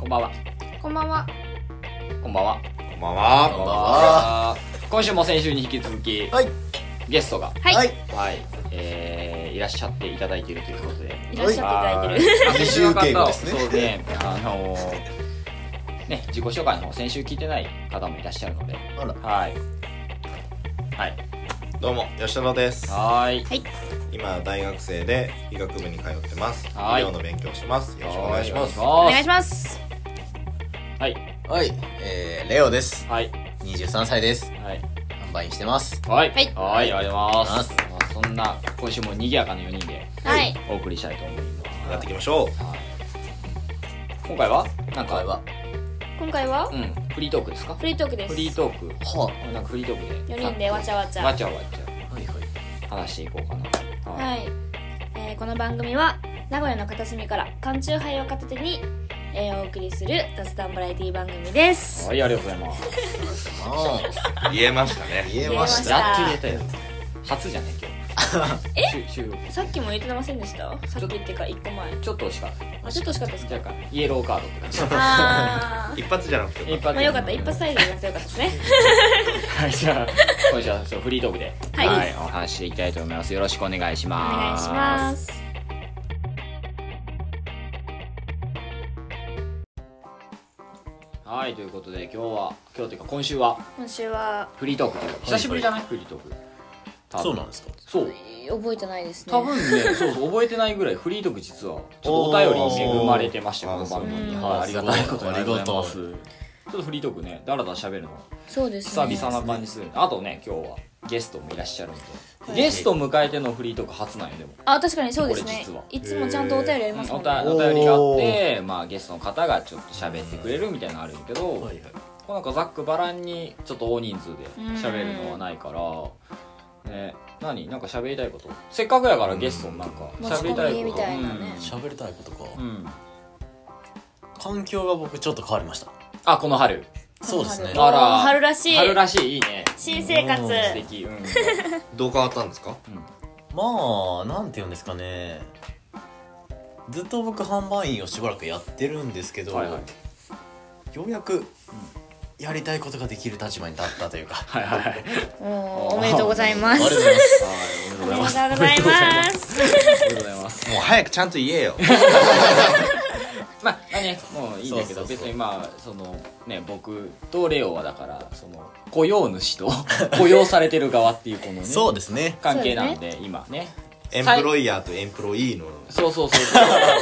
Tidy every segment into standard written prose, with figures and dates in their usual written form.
んばんは。 こんばんは。 こんばんは。 こんばんは。 こんばんは。今週も先週に引き続き、 はい。 ゲストが、 はい。 はい。 いらっしゃっていただいているということで。 いらっしゃっていただいてる。 先週の二重敬語方、 ですねそうね、ね、自己紹介の方、先週聞いてない方もいらっしゃるので、 あら。 はい。はい。 どうも、吉野です。 はい。 今、大学生で医学部に通ってます。医はい療の勉強してます。よろしくお願いします。 お願いします。 はい。 はい、レオです。 はい。 23歳です。 はい。 販売してます。 はい。 はいはい。ありがとうございます。 あまあそんな、今週も賑やかな4人ではい。 お送りしたいと思います。 やっていきましょう。 今回はなんか今回は、 今回はフリートークですか？ フリートークです。 フリートーク。 はなんかフリートークで 4人でわちゃわちゃ。 わちゃわちはいはい。 ゃ話していこうかな。 はい。この番組は名古屋の片隅から缶チューハイを片手に、お送りする雑談バラエティ番組です。 はい、ありがとうございます。 言えましたね。 言えまし。 言えましたたやっと言えたよ。初じゃね今日。収録さっきも言ってませんでした？さっきっていうか1個前。 ちょっと惜しかった。 あ、ちょっと惜しかったですか？ じゃあイエローカードって感じ。 あ一発じゃなくて。 一発まあよかった。一発サイズじゃなくてよかったですね。 はい、じゃあ今週はフリートークではいお話ししていきたいと思います。よろしくお願いしおます。 願いします。 はい、ということで今日というか今週は今週はフリートークという久しぶりじゃない？フリートーク。多分そうなんですか。 そう。 覚えてないですね。 多分ね、そうそう覚えてないぐらいフリートーク実はちょっとお便りに恵まれてましてこの番組に、 うんはい、ありがたいことにありがとうちょっとフリートークねだらだら喋るのそうですね。 久々な感じするあとね今日はゲストもいらっしゃるんで、 はいゲスト迎えてのフリートーク初なんよでもあ、確かにそうですねこれ実は。 いつもちゃんとお便りありますもんね。 お便りがあってまあゲストの方がちょっと喋ってくれるみたいなのあるんやけど、 はいはい。 こうなんかざっくばらんにちょっと大人数で喋るのはないからね、なんか喋りたいことせっかくやからゲストもなんか喋りたいこと持ち込みみたいなね喋りたいことか。 うん環境が僕ちょっと変わりました。 あ、この春そうですね。 あら春らしい。 春らしいいいね新生活。 素敵どう変わったんですか？ まあ、なんて言うんですかね。ずっと僕販売員をしばらくやってるんですけど、 はいはいようやくやりたいことができる立場に立ったというか。 はいはいはいおめでとうございます。 ありがとうございます。 おめでとうございます。 ありがとうございますもう早くちゃんと言えよ。 まあねもういいんだけどそうそうそう別にまあそのね僕とレオはだからその雇用主と雇用されてる側っていうこのねそうですね。 関係なんで今ねエンプロイヤーとエンプロイーの。 そうそうそう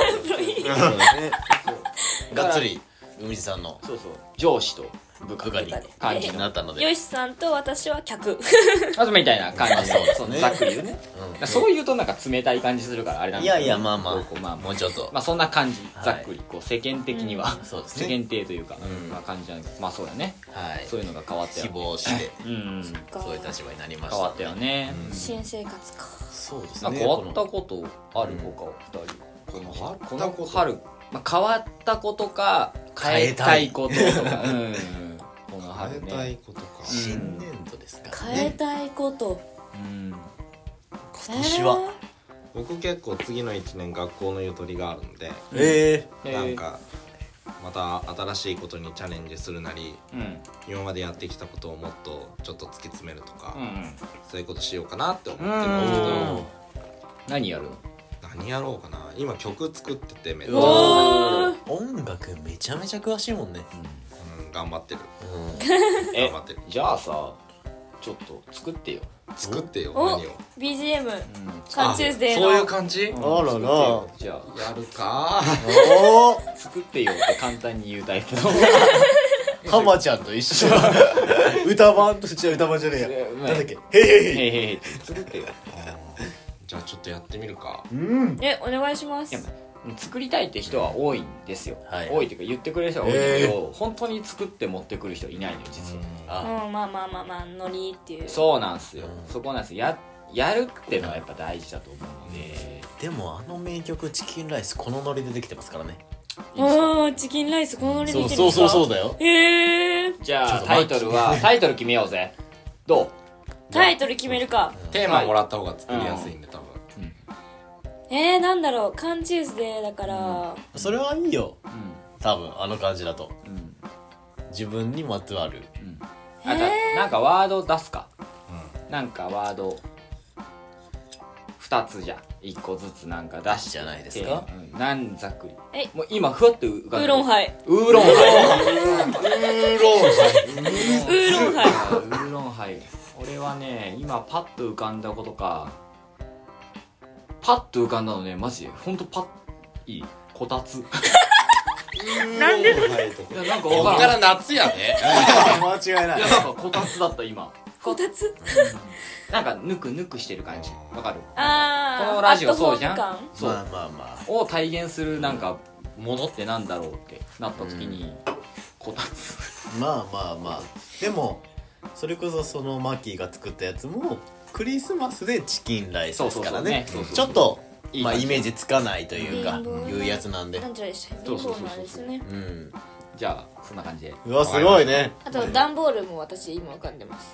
がっつり、海地さんのそうそう上司と部下部下に感じのなったので。 よしさんと私は客。 まずみたいな感じでそうねざっくり言うねそう言うとなんか冷たい感じするからあれなんだけどいやいや、まあまこうまああ、もうちょっと。 まあそんな感じはいざっくりこう世間的にはそうですね。 世間体というかんまあ感じなんだけどまあそうだねはい。 そういうのが変わったよ希望して、 うんそういう立場になりました。 変わったよね新生活か。 そうですね。 なんか変わったことある他は二人この春まあ変わったことか変えたいこととかこの春変えたいねことか。 新年度ですか変えね。 たいこと。 うん今年は。 僕結構次の1年学校のゆとりがあるんで、なんかまた新しいことにチャレンジするなり、 うん今までやってきたことをもっとちょっと突き詰めるとか、 うんそういうことしようかなって思ってるんですけど、 何やるの何やろうかな。今曲作っててめっちゃ、 おー。 音楽めちゃめちゃ詳しいもんね。 頑張ってる。 え頑張ってる。 じゃあさちょっと作ってよ作ってよ、 お何を。 BGM。 うんカンチューズデーそういうの。 感じ？ あらら作ってよじゃあやるか。 おー作ってよって簡単に言うタイプの浜ちゃんと一緒。歌番と違う歌番じゃねえや。なんだっけへいへいへい。 へいへい作ってよじゃあちょっとやってみるか。 お願いします。 いや作りたいって人は多いんですよ、 はい多いっていうか言ってくれる人は多いんだけど、本当に作って持ってくる人いないのよ実は、 あ、 まあまあまあまあノリっていう。 そうなんすよ、そこなんですやるってのはやっぱ大事だと思うので、 でもあの名曲チキンライスこのノリでできてますからね。 いいですかああ、チキンライスこのノリでいけるんそうですか？ そうそうだよ。 へえ。 じゃあちょっとタイトルはタイトル決めようぜどうタイトル決めるか。 テーマもらった方が作りやすいんで多分。 なんだろう。カンチューズデーだから。 それはいいよ。 多分あの感じだとうん自分にまつわるあとなんかワード出すか、なんかワード2つじゃ1個ずつなんか出してじゃないですか。 なんざっくりえもう今ふわって浮かんでるウーロンハイウーロンハイウーロンハイウーロンハイ俺はね今パッと浮かんだことかパッと浮かんだのねマジでほんとパッいいこたつなんではいとかいやなんかこっかわからんら夏やね間違いないいやなんかこたつだった今こたつなんかぬくぬくしてる感じわかるあーこのラジオそうじゃんアットホーム感そうまあまあまを体現するなんかものってなんだろうってなった時にこたつあまあまあまあでもそれこそそのマッキーが作ったやつもクリスマスでチキンライスですからねそうそうそうねちょっとまあいい感じイメージつかないというかリンゴいうやつなんでなんちゃらでしたリンそうそうそうそうゴなんですねうんじゃあそんな感じでうわすごいねあと段ボールも私今浮かんでます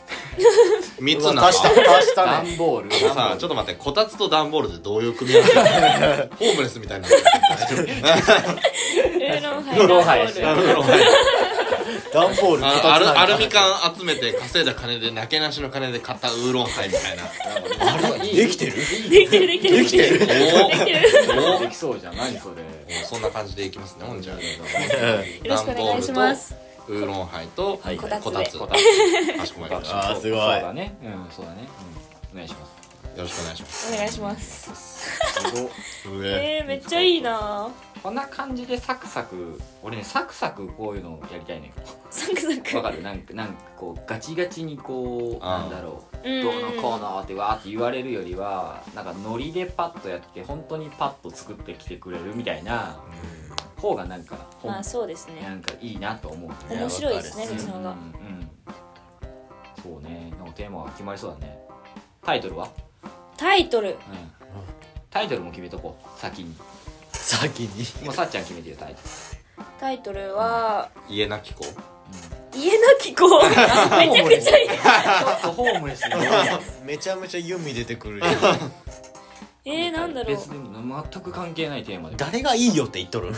3つうわな足した足した段ねボールさあちょっと待ってこたつと段ボールってどういう組み合わせホームレスみたいになってる大丈夫ウーロンハイウーロンハイ段ボール段ボールこたつなんかアルミ缶集めて稼いだ金でなけなしの金で買ったウーロンハイみたいなできてるできてるできてるできてるできてるできそうじゃん何それそんな感じでいきますねほんじゃよろしくお願いしますウーロンハイとはいこたつこたつこたつかしこまりましたあーすごいそうだねそうだねお願いしますよろしくお願いしますお願いしますすごいめっちゃいいなこんな感じでサクサク俺ねサクサクこういうのやりたいねサクサクわかるなんかこうガチガチにこうなんだろううんどうのこうのってわーって言われるよりはなんかノリでパッとやって本当にパッと作ってきてくれるみたいな方がなんかまあそうですねなんかいいなと思うね面白いですねわかるそっちの方がそうねなんかテーマが決まりそうだねタイトルはタイトルタイトルも決めとこう先に先にもうさっちゃん決めてよタイトルは家なき子家なき子めちゃくちゃいいちょっとホームレスにめちゃめちゃ弓出てくるなんだろう別に全く関係ないテーマで誰がいいよって言っとる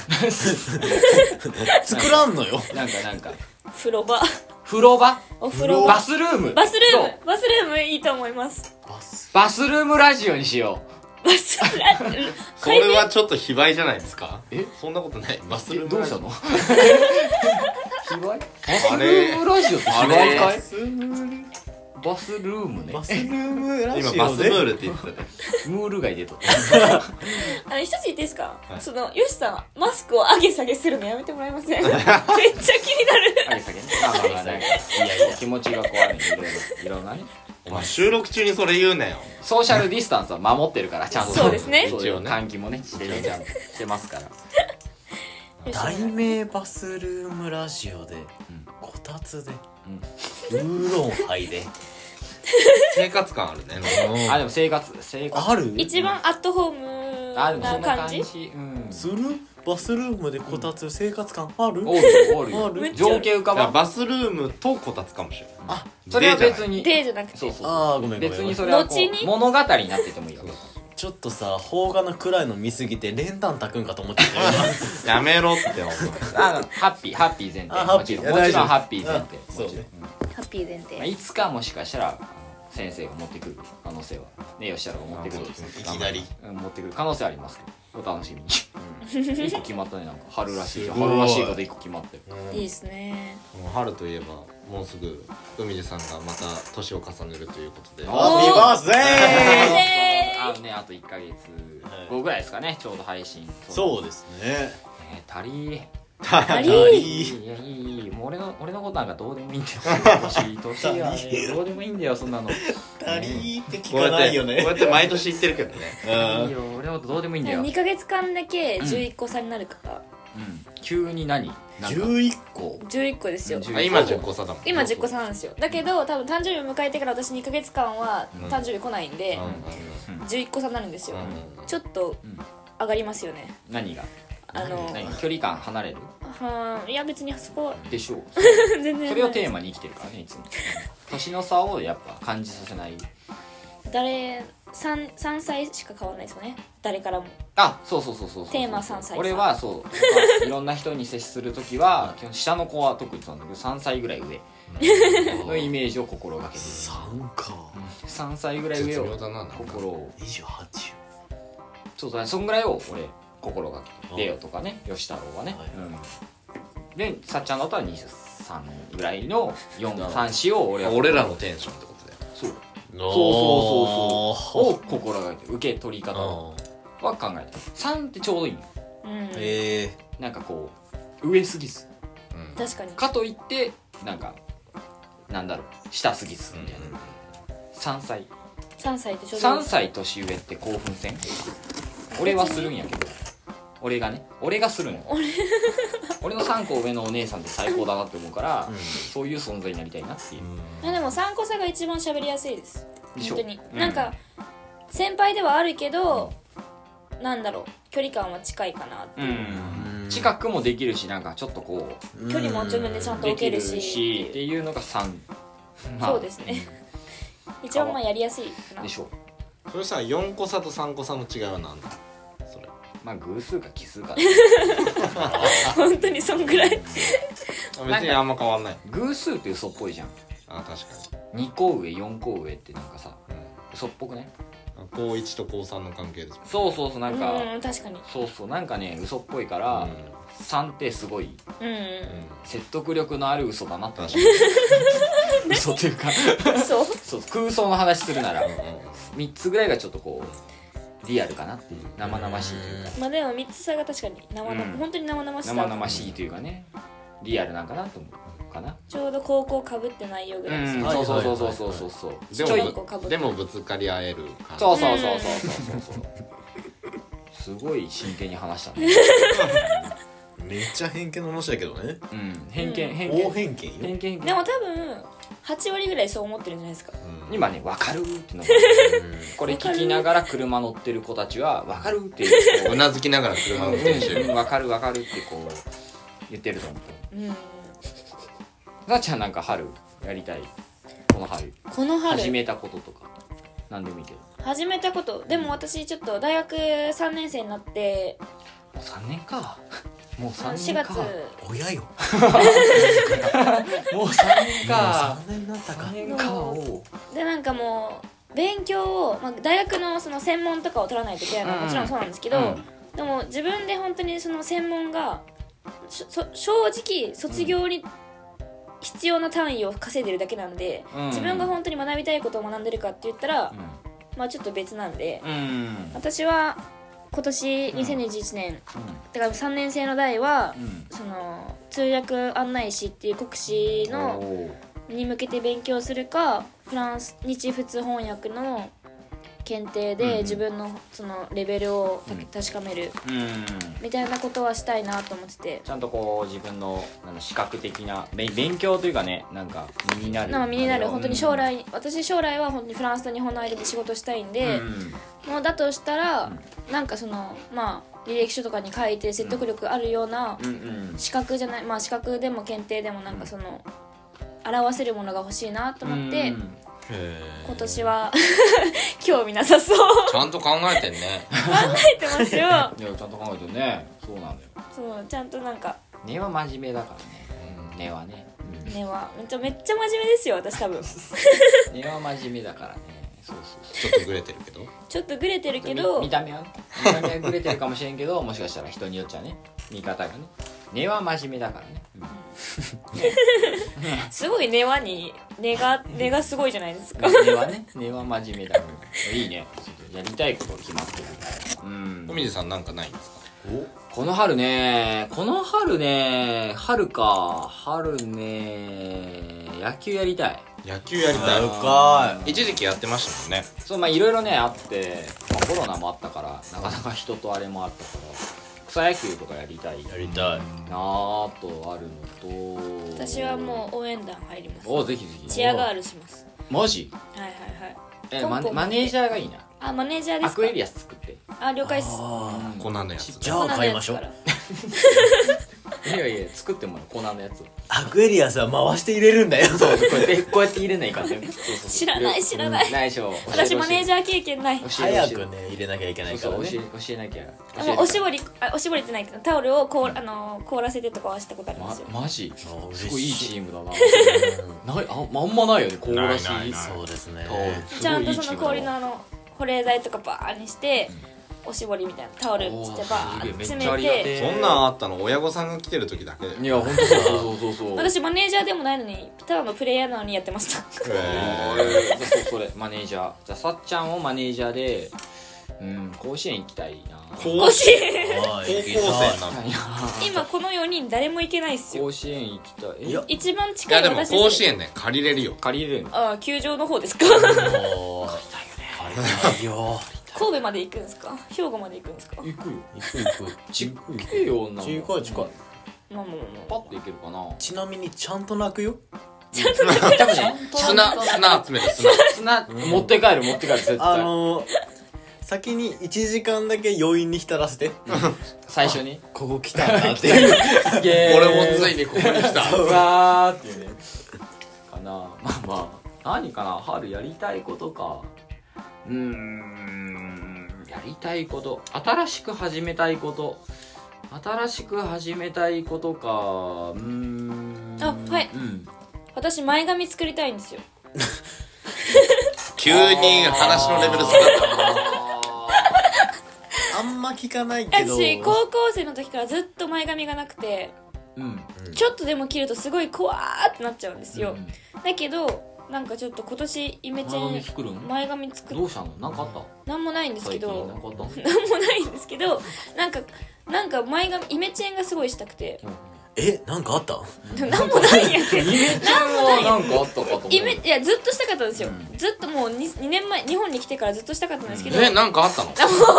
作らんのよなんか風呂場風呂場お風呂場バスルームバスルどうームバスルームいいと思いますバスバスルームラジオにしよバスルームそれはちょっと卑猥じゃないですかそんなことないバスルームどうしたの卑猥バスルあれームラジオって卑あれ猥かいバスルームバスルームねバスルームラジオで今バスムールって言ってたねムール街出と一つ言っていいですか、 はいそのよしさんマスクを上げ下げするのやめてもらえませんめっちゃ気になるあげ下げねまあまあまあなんかいやいや気持ちがこうあるんでいろんなねお前収録中にそれ言うなよソーシャルディスタンスは守ってるからちゃんとそうですねそういう一応ね換気もねしてるちゃんとしてますから題名バスルームラジオでこたつでウーロンハイで生活感あるねあでも生活ある一番アットホームあでもそなん感じうんするバスルームでこたつ生活感あるおるよおるあるよ情景浮かばんバスルームとこたつかもしれないあそれは別にデーじゃなくてそうそうあーごめんごめん別にそれはこ後にう物語になっててもいいわけちょっとさ邦画の暗いの見すぎて練炭炊くんかと思っちゃったよやめろって思うハッピー前提あハッピーもちろんもちろん大丈夫ハッピー前提あそうもちろんハッピー前まあ提いつかもしかしたら先生が持ってくる可能性はね吉太郎が持ってくるいきなり持ってくる可能性ありますけどお楽しみに一個決まったねなんか春らしいすごい春らしいこと一個決まってるいいですねもう春といえばもうすぐ海地さんがまた年を重ねるということでハッピーバースデーあと1ヶ月後ぐらいですかねちょうど配信そうですね足りありいやいいもう俺のことなんかどうでもいいんだよ年はねどうでもいいんだよそんなの足りって聞こうやってかないよねこうやって毎年言ってるけどねいいよ俺のことどうでもいいんだよ 2ヶ月間だけ11個差になるから、 急に何なんか 11個 11個ですよ 10 あ今10個差だもん今10個差なんですよだけど多分誕生日を迎えてから私2ヶ月間は誕生日来ないんで、11個差になるんですよ、ちょっと上がりますよね何が何距離感離れるいや別にそこはでしょう全然それをテーマに生きてるからねいつも年の差をやっぱ感じさせない 3歳しか変わらないですよね誰からもあ、そうそうそうそうそう。 テーマ3歳。 俺はそういろんな人に接するときは基本下の子は特にそうなんだけど3歳ぐらい上のイメージを心がけてる。 3か 3歳ぐらい上を絶妙だななんか心を 28 そうだね、そんぐらいを俺心がけてレオとかね、吉太郎はね、 はいでさっちゃんだったら23ぐらいの434を俺は俺らのテンションってことでそうそうそうを心がけて受け取り方は考えて3ってちょうどいいの。なんかこう上すぎず確かにかといってなんかなんだろう下すぎずみたいな、3歳 3歳ってちょうどいい 3歳年上って興奮せん？俺はするんやけど俺がするんよ俺の3個上のお姉さんって最高だなって思うから、そういう存在になりたいなっていう、 でも3個差が一番喋りやすいですでしょ本当に、なんか先輩ではあるけど、なんだろう距離感は近いかなっていう、 近くもできるしなんかちょっとこう距離も自分でちゃんとできる置けるししっていうのが3、 そうですね一番まあやりやすいかなでしょ。 それさ4個差と3個差の違いは何だそれまあ偶数か奇数か本当にそんぐらい別にあんま変わんない偶数って嘘っぽいじゃん。 あ確かに 2個上4個上ってなんかさ、嘘っぽくね。 高1と高3の関係ですもんそうそうそうなんか、 確かにそうそうなんかね嘘っぽいから、3ってすごい説得力のある嘘だなって確かに嘘っていうかそうそう空想の話するなら3つぐらいがちょっとこうリアルかなっていう生々しいというかまあでも3つ差が確かに本当に生々しさ生々しいというかねリアルなんかなと思うかな。 ちょうど高校かぶってないよぐらいですね、 そうそうそうそうそうそうそうでちょいこうかぶってでもぶつかり合える感じそうそうそうそうそうすごい真剣に話したね。 めっちゃ偏見の話だけどね偏見大偏見よ偏見でも多分8割ぐらいそう思ってるんじゃないですか。 今ね分かるってのがこれ聞きながら車乗ってる子たちは分かるってこうなずきながら車運転してる分かる分かるってこう言ってると思う。さっちゃんなんか春やりたいこの春始めたこととか何でもいいけど。 始めたことでも私ちょっと大学3年生になってもう3年かもう3 4月年か親よもう3年か 3年になったか 3年かおうでなんかもう勉強を、大学のその専門とかを取らないといけないのはもちろんそうなんですけど、でも自分で本当にその専門が正直卒業に必要な単位を稼いでるだけなんで、自分が本当に学びたいことを学んでるかって言ったら、ちょっと別なんで、私は今年2021年、だから3年生の代は、その通訳案内士っていう国試のに向けて勉強するか日仏翻訳の検定で自分のそのレベルを確かめるみたいなことはしたいなと思ってて、 ちゃんとこう自分の視覚的な勉強というかねなんか身になる本当に私将来は本当にフランスと日本の間で仕事したいんで、もうだとしたらなんかその履歴書とかに書いて説得力あるような資格じゃない資格でも検定でもなんかその表せるものが欲しいなと思って今年は興味なさそうちゃんと考えてんね考えてますよいやちゃんと考えてるね。そうなんだよ。 そうちゃんとなんか根は真面目だからね。根はね根はめっちゃ真面目ですよ私多分根は真面目だからね。そうちょっとグレてるけどちょっとグレてるけど見た目はグレてるかもしれんけどもしかしたら人によっちゃね見方がね根は真面目だからね。 すごい根がすごいじゃないですか。 根は真面目だからいいね。やりたいこと決まってる。 小水さんなんかないんですか？ この春ね野球やりたい。 野球やりたい。一時期やってましたもんね。 そういろいろねあって、コロナもあったからなかなか人とあれもあったから草野球とかやりたいなぁとあるのと、 私はもう応援団入ります。 おぜひぜひチアガールします。 マジ？ はいはいはい。 マネージャーがいいな。 あマネージャーですか？ アクエリアス作って。 あ了解っす。 コナンのやつ。 じゃあ買いましょう。 いや作ってもらうコナンのやつ。 アクエリアスは回して入れるんだよ。 そうこうやって入れないかんね。 知らないないでしょ。 私マネージャー経験ない早くね入れなきゃいけないからね。 教えなきゃ。 おしぼりってないけどタオルを凍らせてとかはしたことありますよ。 マジあすごいいいチームだな。ないあんまないよね、凍らしないそうですね。 タオルちゃんとその氷の保冷剤とかバーにしておしぼりみたいなタオルしてバーって詰めて。 そんなんあったの親御さんが来てる時だけで。 いや本当そう私マネージャーでもないのにただのプレイヤーなのにやってました。 それマネージャーじゃあさっちゃんをマネージャーで甲子園行きたいな。 甲子園高高校生なの。 今この4人誰も行けないっすよ。 甲子園行きたい。 いや一番いやでも近い私甲子園ね借りれるよ。 借りれるの？ ああ球場の方ですか？ もうあれよ。 神戸まで行くんですか？兵庫まで行くんですか？ 行くよ。 行く。 近いよな。 近い。 まあパッと行けるかな。 ちなみにちゃんと泣くよ。 多分ね砂集めて砂持って帰る絶対。 先に1時間だけ余韻に浸らせて。 最初にここ来たんだっていう。 すげえ。 俺もついにここに来た。 うわーっていうね。かな。まあ何かな、春やりたいことか。やりたいこと、新しく始めたいことか。 はい、私前髪作りたいんですよ。 急に話のレベル下がったあんま聞かないけど。 私高校生の時からずっと前髪がなくて、ちょっとでも切るとすごい怖ーってなっちゃうんですよ。だけどなんかちょっと今年イメチェン前髪作る。 どうしたの？なんかあった？ なんもないんですけど、 なんもないんですけど、なんか前髪イメチェンがすごいしたくて。 なんかあった？ なんもないんやけど。 イメチェンはなんかあったかと思う。 いやずっとしたかったんですよ。ずっともう2年前日本に来てからずっとしたかったんですけど。 なんかあったの？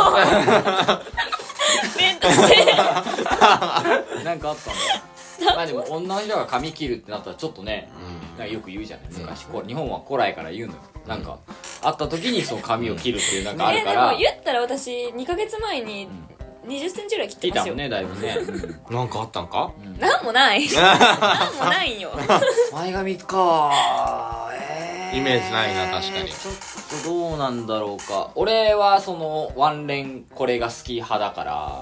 めんどくせえ。 なんかあったんだ。まあでも女の人が髪切るってなったらちょっとね、なんかよく言うじゃない昔、日本は古来から言うのよ。なんか会った時にその髪を切るっていうなんかあるから。 でも言ったら私2ヶ月前に20センチぐらい切ってますよ。 切ったもんね、だいぶね。 なんかあったんか？ なんもないなんもないんよ。 前髪かイメージないな、確かに。 ちょっとどうなんだろうか。俺はそのワンレンこれが好き派だから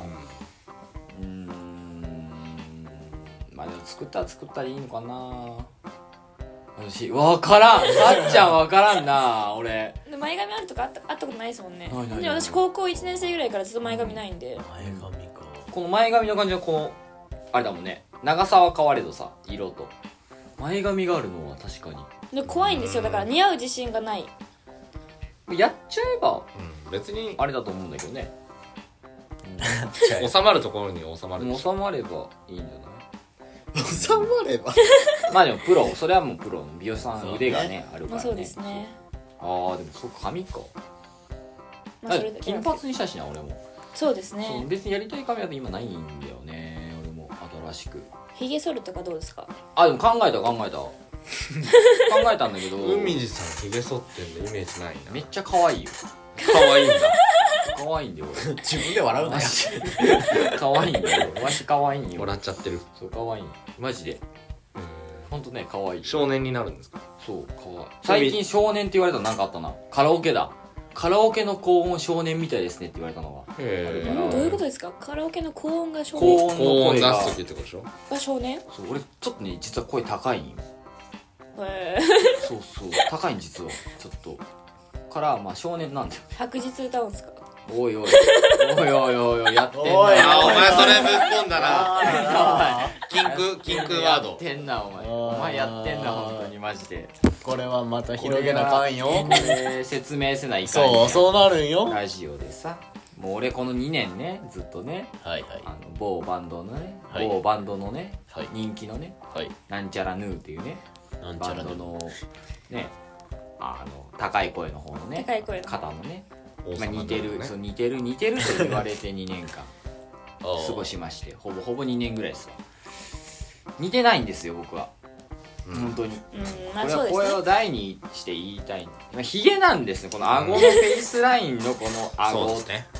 まあでも作ったらいいのかな。私分からん。さっちゃん分からんな。俺で前髪あるとかあったことないですもんね。 ないで私高校1年生ぐらいからずっと前髪ないんで。 前髪か。 この前髪の感じはこのあれだもんね、長さは変われどさ、色と前髪があるのは確かにで怖いんですよ。だから似合う自信がない。 やっちゃえば別にあれだと思うんだけどね。 収まるところに収まるでしょ。 収まればいいんじゃない？ 収まれば。 まあでもそれはもうプロの美容師さん腕がねあるからね。 そうですね。 ああでもそっか、髪か。 それで金髪にしたしな俺も。 そうですそうね。 別にやりたい髪は今ないんだよね。俺も新しく。 ひげ剃るとかどうですか？ あでも考えた考えたんだけど海地さんひげ剃ってんのイメージないな。 めっちゃ可愛いよ。 可愛いんだ。 可愛いんだよ俺。 自分で笑うなよ。 可愛いんだよ。マジ可愛いんよ。 笑っちゃってる。 そう可愛い。マジで。ほんとね可愛い。 少年になるんですか？ そう可愛い。最近少年って言われたのなんかあったな。カラオケだ。カラオケの高音少年みたいですねって言われたのがあるから。 どういうことですか？カラオケの高音が少年。 高音の高音声が出す時ってことでしょ？ が少年？ そう俺ちょっとね実は声高いんよ。 へそう高いん実はちょっとからまあ少年なんだよ。 白日歌うんですか？ おいやってんな。 おいあ、お前それぶっ込んだな。 あ禁句ワードやってんなお前やってんな本当にマジで。 これはまた広げなあかんよ。 説明せないかんそうなるんよ。 ラジオでさ、もう俺この2年ねずっとね、 はい某バンドのね、 はい某バンドのね、 はい、 人気のね、 はい、 なんちゃらヌーっていうねなんちゃらヌーバンドのね、高い声の方のね高い声の方のね、 まあ似てると言われて2年間過ごしまして、ほぼ2年ぐらいですわ。似てないんですよ僕は、本当に。 まあそうですね。 これを題にして言いたい。ヒゲなんですね、この顎のフェイスラインのこの顎。 そうですね。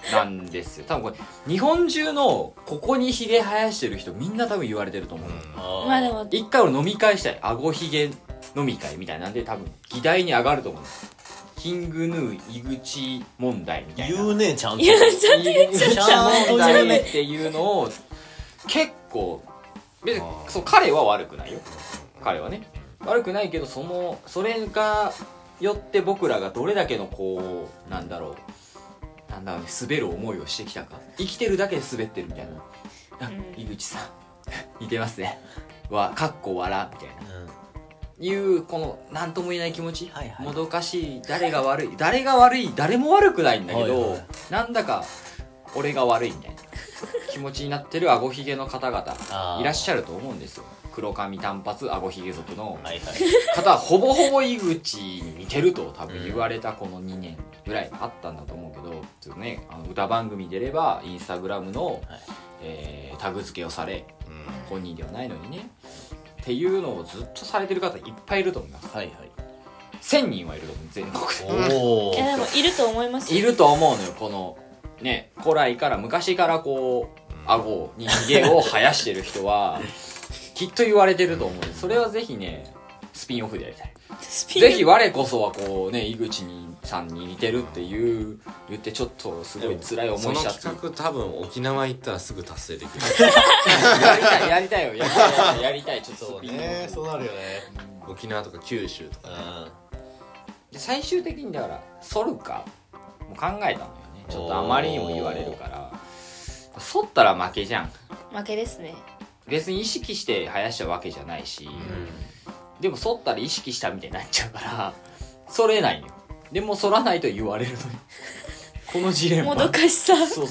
なんですよ。多分これ日本中のここにひげ生やしてる人みんな多分言われてると思う、 まあでも一回俺飲み会したい、あごひげ飲み会みたいなんで多分議題に上がると思う。キングヌー井口問題みたいな、 言うねちゃんと。 いやちゃんと言っちゃっ井口問題っていうのを結構別にそう彼は悪くないよ、彼はね悪くないけど、それがよって僕らがどれだけのこうなんだろうね、滑る思いをしてきたか、生きてるだけで滑ってるみたいな、井口さん似てますねかっこ笑みたいな、いうこの何とも言えない気持ち、 はいはいもどかしい、誰が悪い誰も悪くないんだけど、 はいはいなんだか俺が悪いみたいな気持ちになってるあごひげの方々いらっしゃると思うんですよ。黒髪短髪あごひげ族のはいはい。 方はほぼほぼ井口に似てると多分言われたこの2年ぐらいあったんだと思うけど、ちょっとね歌番組出ればインスタグラムの、タグ付けをされ、本人ではないのにねっていうのをずっとされてる方いっぱいいると思います。 はいはい。 1000人はいると思う、全国でおおい。やでもいると思いますよ。 いると思うのよ。このね古来から昔からこう顎にひげを生やしてる人はきっと言われてると思う。それはぜひねスピンオフでやりたい。 スピンぜひ我こそはこうね井口さんに似てるって言ってちょっとすごい辛い思そのいしちゃって企画多分沖縄行ったらすぐ達成できるやりたいちょっとそうスピンオフね、そうなるよね。 沖縄とか九州とかで最終的にだから剃るかも考えたのよね。ちょっとあまりにも言われるから剃ったら負けじゃん。 負けですね。 別に意識して生やしたわけじゃないし、でも剃ったら意識したみたいになっちゃうから剃れないのよ。でも剃らないと言われるのよこのジレンマもどかしさ。 そう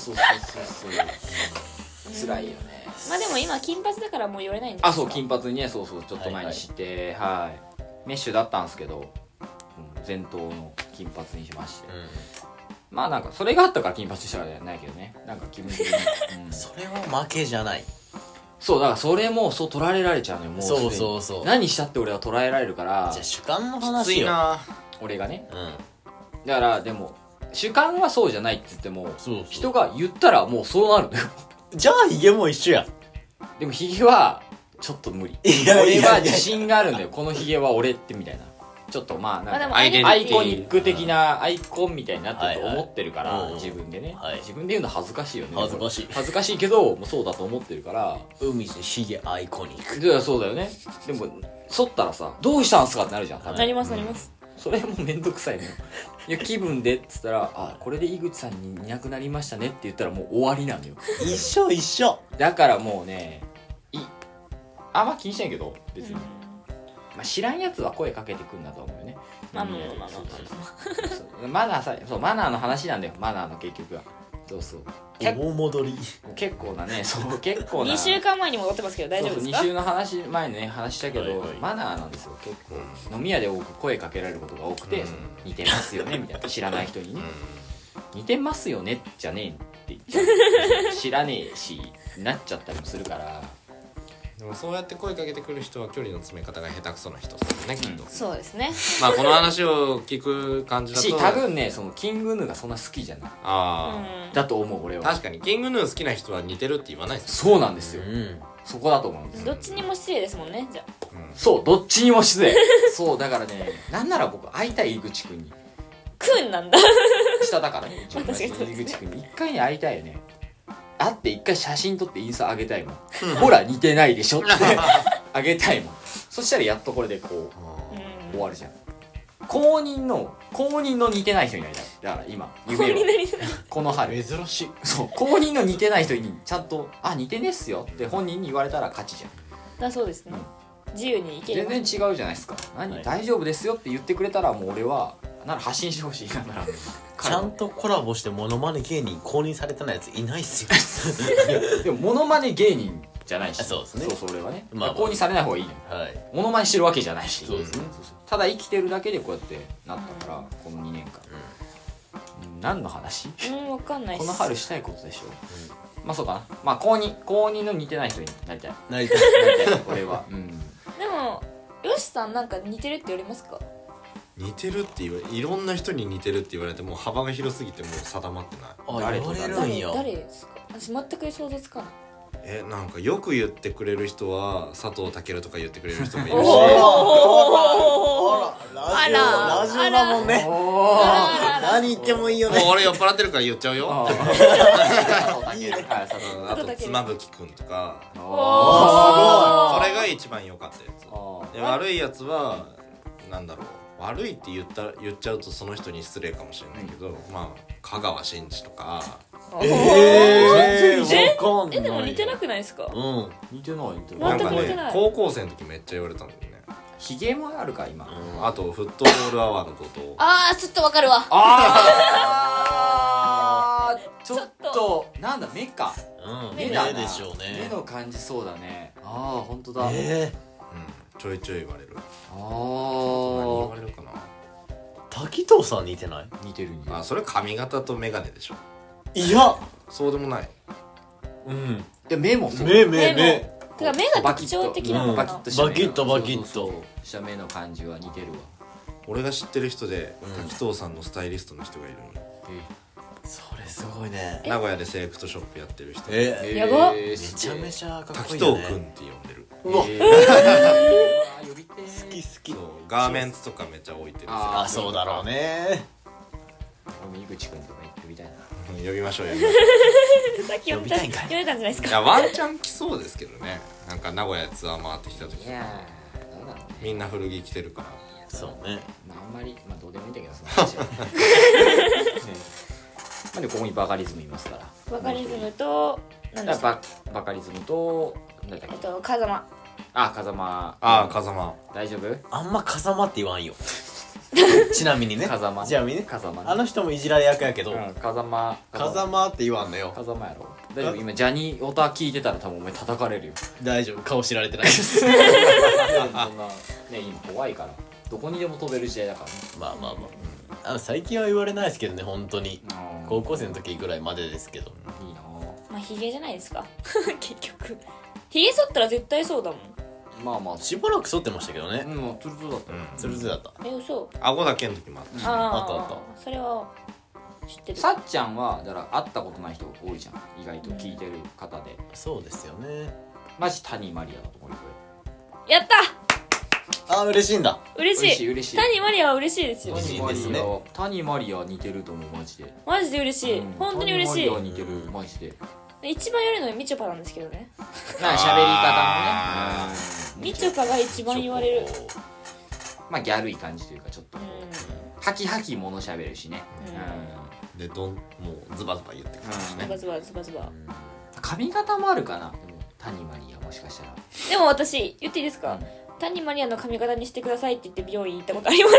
辛いよね。 まあでも今金髪だからもう言われないんじゃないですか。 そう金髪にねそうちょっと前にしてはいメッシュだったんですけど、前頭の金髪にしまして、まあなんかそれがあったから金髪したわけじゃないけどね、なんか気分的に、 それは負けじゃない。 そうだからそれもそう捉えられちゃうのよ。もうすでにそう何したって俺は捉えられるからじゃあ主観のきつ話よ。 いな俺がねうん。 だからでも主観はそうじゃないって言ってもそう人が言ったらもうそうなるのよじゃあヒゲも一緒や。 でもヒゲはちょっと無理。 いや俺は自信があるんだよ。このヒゲは俺ってみたいな。ちょっとまあなんかまあでもアイコアイデンティティニック的なアイコンみたいになってると思ってるから、 はいはい自分でね、 はい自分で言うの恥ずかしいよね。 恥ずかしい恥ずかしいけどもうそうだと思ってるから海でヒゲアイコニック。 いやそうだよね。でも剃ったらさどうしたんすかってなるじゃん多分。 なりますなります。 それもめんどくさいのよ。いや気分でっつったらあこれで井口さんにいなくなりましたねって言ったらもう終わりなのよ。 一緒。 だからもうねあんま気にしないけど別に、まあ、知らんやつは声かけてくんだと思うよね。 まあまあまあまあそうマナーさそうマナーの話なんだよ。マナーの結局はそう大戻り。 結構なねそう結構な 2週間前に戻ってますけど大丈夫ですか。 2週の前にね話したけど、 はいはいマナーなんですよ結構。飲み屋で多く声かけられることが多くて、似てますよねみたいな知らない人にね、似てますよねじゃねえって言っちゃう知らねえしなっちゃったりもするからでもそうやって声かけてくる人は距離の詰め方が下手くそな人ですねきっと、 そうですね。 まあこの話を聞く感じだと多分ねそのキングヌーがそんな好きじゃないあだと思う俺あ、 は。 確かにキングヌー好きな人は似てるって言わないですそうなんですよ、 うん。 そこだと思うんですよ。 どっちにも失礼ですもんねじゃあ。 そうどっちにも失礼そうだからねなんなら僕会いたい井口くんにクーンなんだ。 下だからねうちの確かにそうですね井口くんに一回に会いたいよね。会って一回写真撮ってインスタ上げたいもんほら似てないでしょって上げたいもん。そしたらやっとこれでこう終わるじゃん。公認の似てない人になりたい。だから今夢はこの春珍しい。 そう公認の似てない人にちゃんとあ似てねっすよって本人に言われたら勝ちじゃん。 だそうですね。自由にいければ。 全然違うじゃないですか。 はい大丈夫ですよって言ってくれたらもう俺はなら発信してほしい。なんならちゃんとコラボしてモノマネ芸人公認されてないやついないっすよ。 でもモノマネ芸人じゃないしそうですねそう俺はね、 まあまあ公認されない方がいいのよ。 はい。 モノマネしてるわけじゃないしそうですね。 ただ生きてるだけでこうやってなったからこの2年間、何の話わかんないっす。 この春したいことでしょ、まあそうかな。まあ公認の似てない人になりたいなりたい。 なりたい俺はでもよしさんなんか似てるって言われますか。 似てるっていろんな人に似てるって言われてもう幅が広すぎてもう定まってない。 あ言われるんや。 誰ですか？私全く想像つかない。 なんかよく言ってくれる人は佐藤健とか言ってくれる人もいるし、 あらラジオだもんね。何言ってもいいよね。 もう俺酔っ払ってるから言っちゃうよ。 ああと妻夫木くんとか、 おそれが一番良かったやつで、悪いやつはなんだろう、悪いって言っちゃうとその人に失礼かもしれないけど、まあ香川真司とか。 全然わかんない。 でも似てなくないですか？ 似てないなんか全く似てない。 ね高校生の時めっちゃ言われたんだよね。 ヒゲもあるか今。 あとフットボールアワーのことをあーちょっとわかるわ。 ちょっとなんだ目か。 目だなでしょうね。 目の感じそうだね。ああ本当だ。 ちょいちょい言われる。 あ何言わあれるかな。 滝藤さん似てない？ 似てるんじゃん。 それ髪型とメガネでしょ。 いやそうでもない。 で目もそう。 てか目が特徴的なのかな。 バキッとバキッとそうした目の感じは似てるわ。 俺が知ってる人で滝藤さんのスタイリストの人がいるんよ。 それすごいね。 名古屋でセレクトショップやってる人。 やばめちゃめちゃかっこい滝いよね。 藤くんって呼んでる。 うわ呼びてー。 好き好き。 そうガーメンツとかめっちゃ置いてる。 あそうだろうね。 俺も井口くんとか呼びたいな。 呼びましょうよ。 さっき読めたんじゃないですか。 いやワンチャン来そうですけどね。なんか名古屋ツアー回ってきた時いやーどうだろうね。 みんな古着着てるから。 そうね。 まああんまりどうでもいいんだけどその話は。ねまあでもここにバカリズムいますから。 バカリズムと何でしたっバカリズムとなんだっけ。 け？風間。 風間。 風間。 大丈夫？ あんま風間って言わんよ。ちなみにね。 風間。 ちなみにね。 風間ね。 あの人もいじられ役やけど、 風間。 風間って言わんのよ。 風間やろ。大丈夫？今ジャニーオタ聞いてたら多分お前叩かれるよ。 大丈夫。顔知られてないです。 そんなね今怖いからどこにでも飛べる時代だからね。 まあ最近は言われないですけどね、本当に。高校生の時ぐらいまでですけど。 いいなまあヒゲじゃないですか。結局ヒゲ剃ったら絶対そうだもん。 まあしばらく剃ってましたけどね。 もうツルツルだった。 ツルツルだった。 嘘。 顎だけの時もあったし。 あったそれは知ってる。 さっちゃんはだから会ったことない人多いじゃん。意外と聞いてる方で。 そうですよね。 マジ谷マリアだと思うよこやったあ嬉しいんだ。 嬉しい。 嬉しい。 谷マリアは嬉しいですよ。 谷マリですねア谷マリア似てると思うマジで。 マジで嬉しい。本当に嬉しい。 谷マリア似てるマジで。 一番言われるのはみちょぱなんですけどね。 なんか喋り方もね。 みちょぱが一番言われる。 まあギャルい感じというかちょっとハキハキ物喋るしね。 でもうズバズバ言ってくるしね。 ズバズバズバズバ。 髪型もあるかな。でも谷マリアもしかしたら。 でも私言っていいですか？谷マリアの髪型にしてくださいって言って美容院行ったことあります。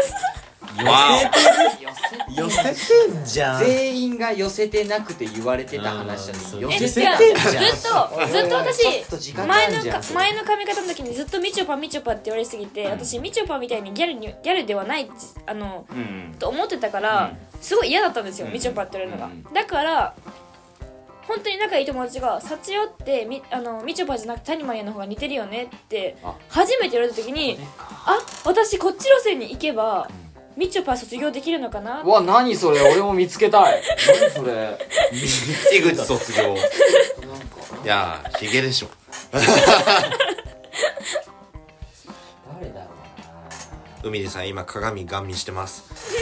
寄せてんじゃん。 全員が寄せてなくて言われてた話なのに寄せて違うてんじゃん。 ずっと私前の髪髪型の時にずっとみちょぱみちょぱって言われすぎて、私みちょぱみたいにギャルではないと思ってたからすごい嫌だったんですよ、みちょぱって言われるのが。だから本当に仲いい友達が「幸代ってみちょぱじゃなくて谷マリアの方が似てるよね」って初めて言われた時に私こっち路線に行けばみちょぱ卒業できるのかな。 うわ何それ俺も見つけたい。何それ井口卒業。いやヒゲでしょ。 誰だろうな。 海地さん今鏡ガン見してます。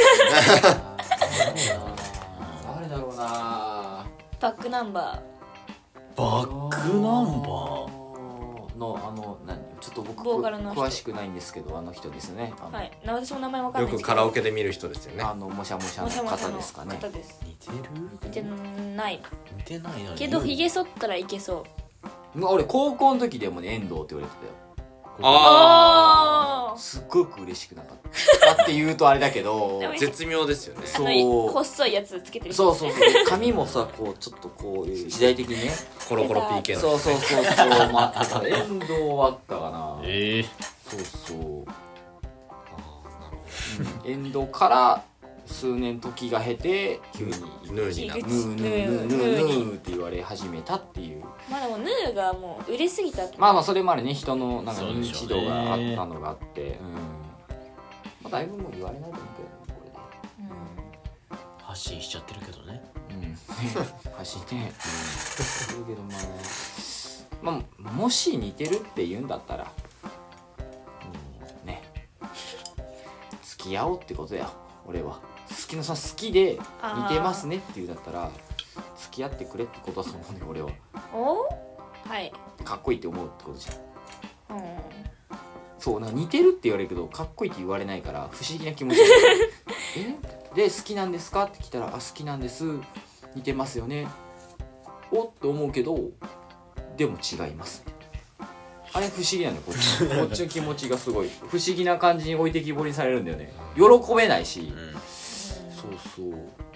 誰だろうな。 バックナンババックナンバーの何ちょっと僕ボーカルの人詳しくないんですけどあの人ですね。 ー。はい私も名前わかんよくないですけどカラオケで見る人ですよね。 もしゃもしゃのもしゃもしゃの方ですかね。 方です。 似てる？ 似てない似てないのにけどヒゲ剃ったらいけそう。 俺高校の時でもね遠藤って言われてたよ。 あすっごく嬉しくなかったって言うとあれだけどでも絶妙ですよね。 そう細いやつつけてる人そう髪もさこうちょっとこういう時代的にねコロコロ PK の。 そう待ってた遠藤はあったかな。そう遠藤から数年時が経て急にヌーになった。 ヌーって言われ始めたっていう。 まあでもヌーがもう売れすぎたまあそれまでね人のなんか認知度があったのがあってまあ、だいぶもう言われないと思うけどねこれで発信しちゃってるけどね。 走ってね言うけどまあもし似てるって言うんだったらね付き合おうってことや俺は好きで似てますねって言うんだったら付き合ってくれってことだと思うね俺は。 おはいかっこいいって思うってことじゃん。 うんそうなんか似てるって言われるけどかっこいいって言われないから不思議な気持ちで好きなんですかって聞いたら好きなんです似てますよねおって思うけどでも違いますあれ不思議なんだよこっちの気持ちがすごい不思議な感じに置いてきぼりにされるんだよね。喜べないし、そう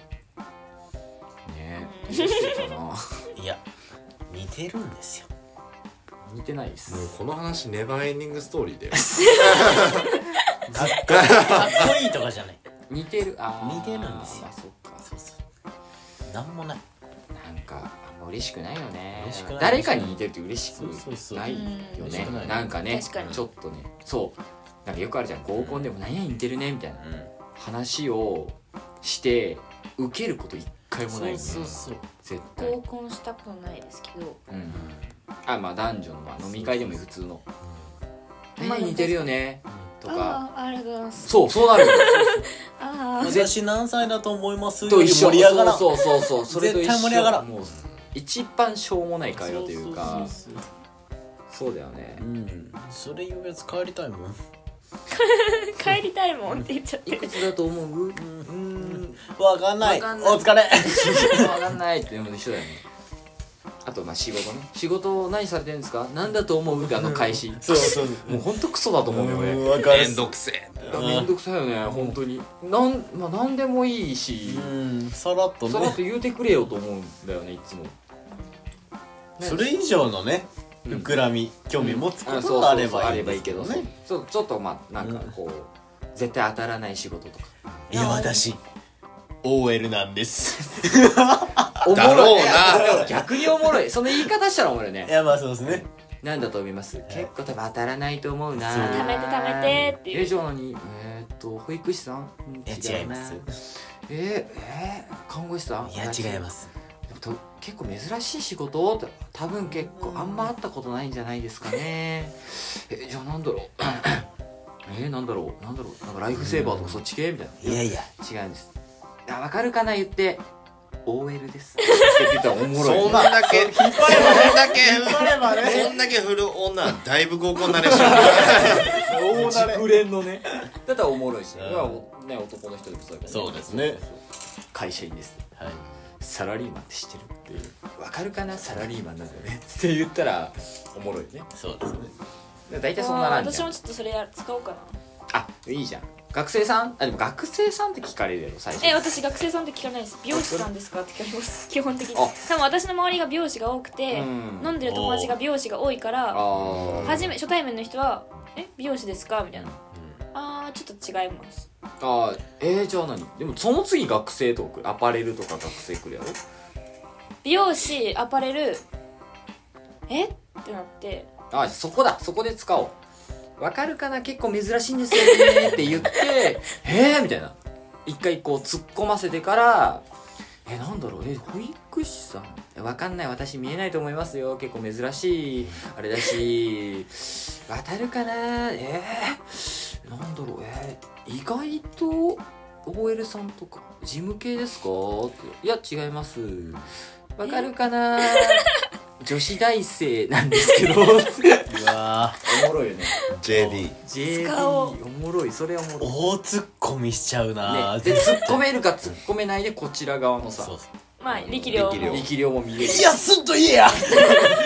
ねどうしようかな。 いや似てるんですよ。 似てないですもうこの話ネバーエンディングストーリーだよかっこいいとかじゃない。 似てる似てるんですよ。 そっかそうそうなんもない。 なんかあんま嬉しくないよね。 嬉しくない誰かに似てるって嬉しくないよ嬉しくないなんかね確かにちょっとねそうなんかよくあるじゃん合コンでも何々似てるねみたいな話をして受けること一回もないよねそう絶対合コンしたことないですけどまあ男女の飲み会でも普通の何々似てるよねとかありがとうございますそうなるよ私何歳だと思いますと一緒盛り上がらん。 そうそれと一緒絶対盛り上がらん。 もう一番しょうもない会話というかそうそうだよね。 それ言うやつ帰りたいもん。 帰りたいもんって言っちゃっていくつだと思う？ わかんない。 わかんないお疲れ。 わかんないってでも一緒だよね。あとまあ仕事ね。仕事何されてるんですか？なんだと思うって開始。 そうもうほんとクソだと思うんだよね。 わかる。 めんどくせえめんどくさいよね本当に。なんでもいいし、 さらっとさらっとね。 言うてくれよと思うんだよねいつも。 それ以上のね膨らみ興味持つこそうとがあればあいいんでればいいけどすけどね。 ちょっとまあなんかこう絶対当たらない仕事とか。 いや私 OL なんです。 おもだろうろいな逆におもろいその言い方したらおもろいねい。やまあそうですね。 なんだと思います？結構多分当たらないと思うな。 そう貯めてっていう以上のに保育士さん？ いや違います。 看護師さん？ いや違います。 結構珍しい仕事って多分結構あんま会ったことないんじゃないですかね。じゃあなんだろうなんだろうなんかライフセーバーとかそっち系みたいな。 いやいや違うんです。わかるかな言って OL ですって言ったらおもろい。 そんだけ引っ張ればねそんだけ振る女はだいぶ合コン慣れしちゃう熟練のねだったらおもろいしね男の人でもそうだけどそうですね。 会社員ですはい。 サラリーマンって知ってるっていうわかるかなサラリーマンなんだよねって言ったらおもろいね。 そうですね。 大体そんななんじゃん。 私もちょっとそれ使おうかな。 あいいじゃん学生さんでも学生さんって聞かれるやろ最初。 私学生さんって聞かないです。美容師さんですかって聞かれます基本的に。 あ多分私の周りが美容師が多くて、 うん飲んでる友達が美容師が多いから初対面の人は美容師ですかみたいな、ちょっと違います。 じゃあ何でもその次学生とかアパレルとか学生来るやろ。 美容師アパレルってなって、 そこで使おう。わかるかな結構珍しいんですよねって言ってみたいな一回こう突っ込ませてからなんだろう保育士さんわかんない私見えないと思いますよ結構珍しいあれだし渡るかななんだろう意外と OL さんとか事務系ですかっていや違いますわかるかな女子大生なんですけどうわおもろいよね JD 使おうおもろいそれはおもろい大ツッコミしちゃうな、 ね、で突っ込めるか突っ込めないでこちら側のさそうまあ力量も力量も見れるいやすんと言えや知って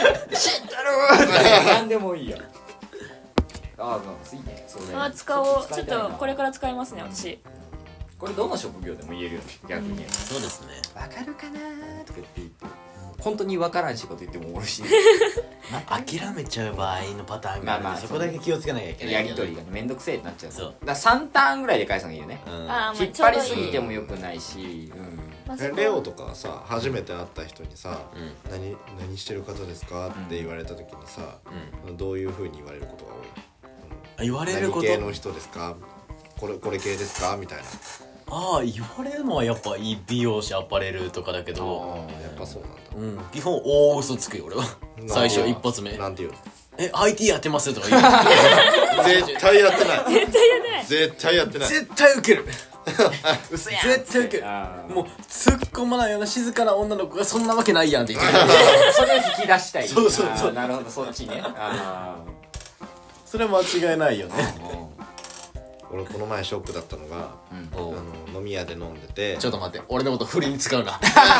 る何でもいいやまあいいねそれ使おう。ちょっ使いたいなとこれから使いますね私。 これどの職業でも言えるよね逆にそうですね。 わかるかなとか言って本当にわからん仕事言ってもおもろいし諦めちゃう場合のパターンがあるんで、 まあそこだけ気をつけなきゃいけないやりとりがねめんどくせえってなっちゃうそうだから3ターンぐらいで返すのがいいよね引っ張りすぎてもよくないしレオとかさ初めて会った人にさ何してる方ですかって言われた時にさどういう風に言われることが多い言われること何系の人ですかこれ系ですかみたいな。 ああ言われるのはやっぱいい美容師アパレルとかだけど、 やっぱそうなんだ。 基本大嘘つくよ俺は。最初一発目なんて言うの？ IT やってますとか言う絶対やってない。 絶対やってない。 絶対やってない。 絶対ウケる嘘やん絶対ウケる。もう突っ込まないような静かな女の子がそんなわけないやんって言ってるそれを引き出したい。 そうそうそうなるほど、そっちね。 それ間違いないよね。 俺この前ショックだったのが、飲み屋で飲んでて、 ちょっと待って、俺のこと不倫に使うな。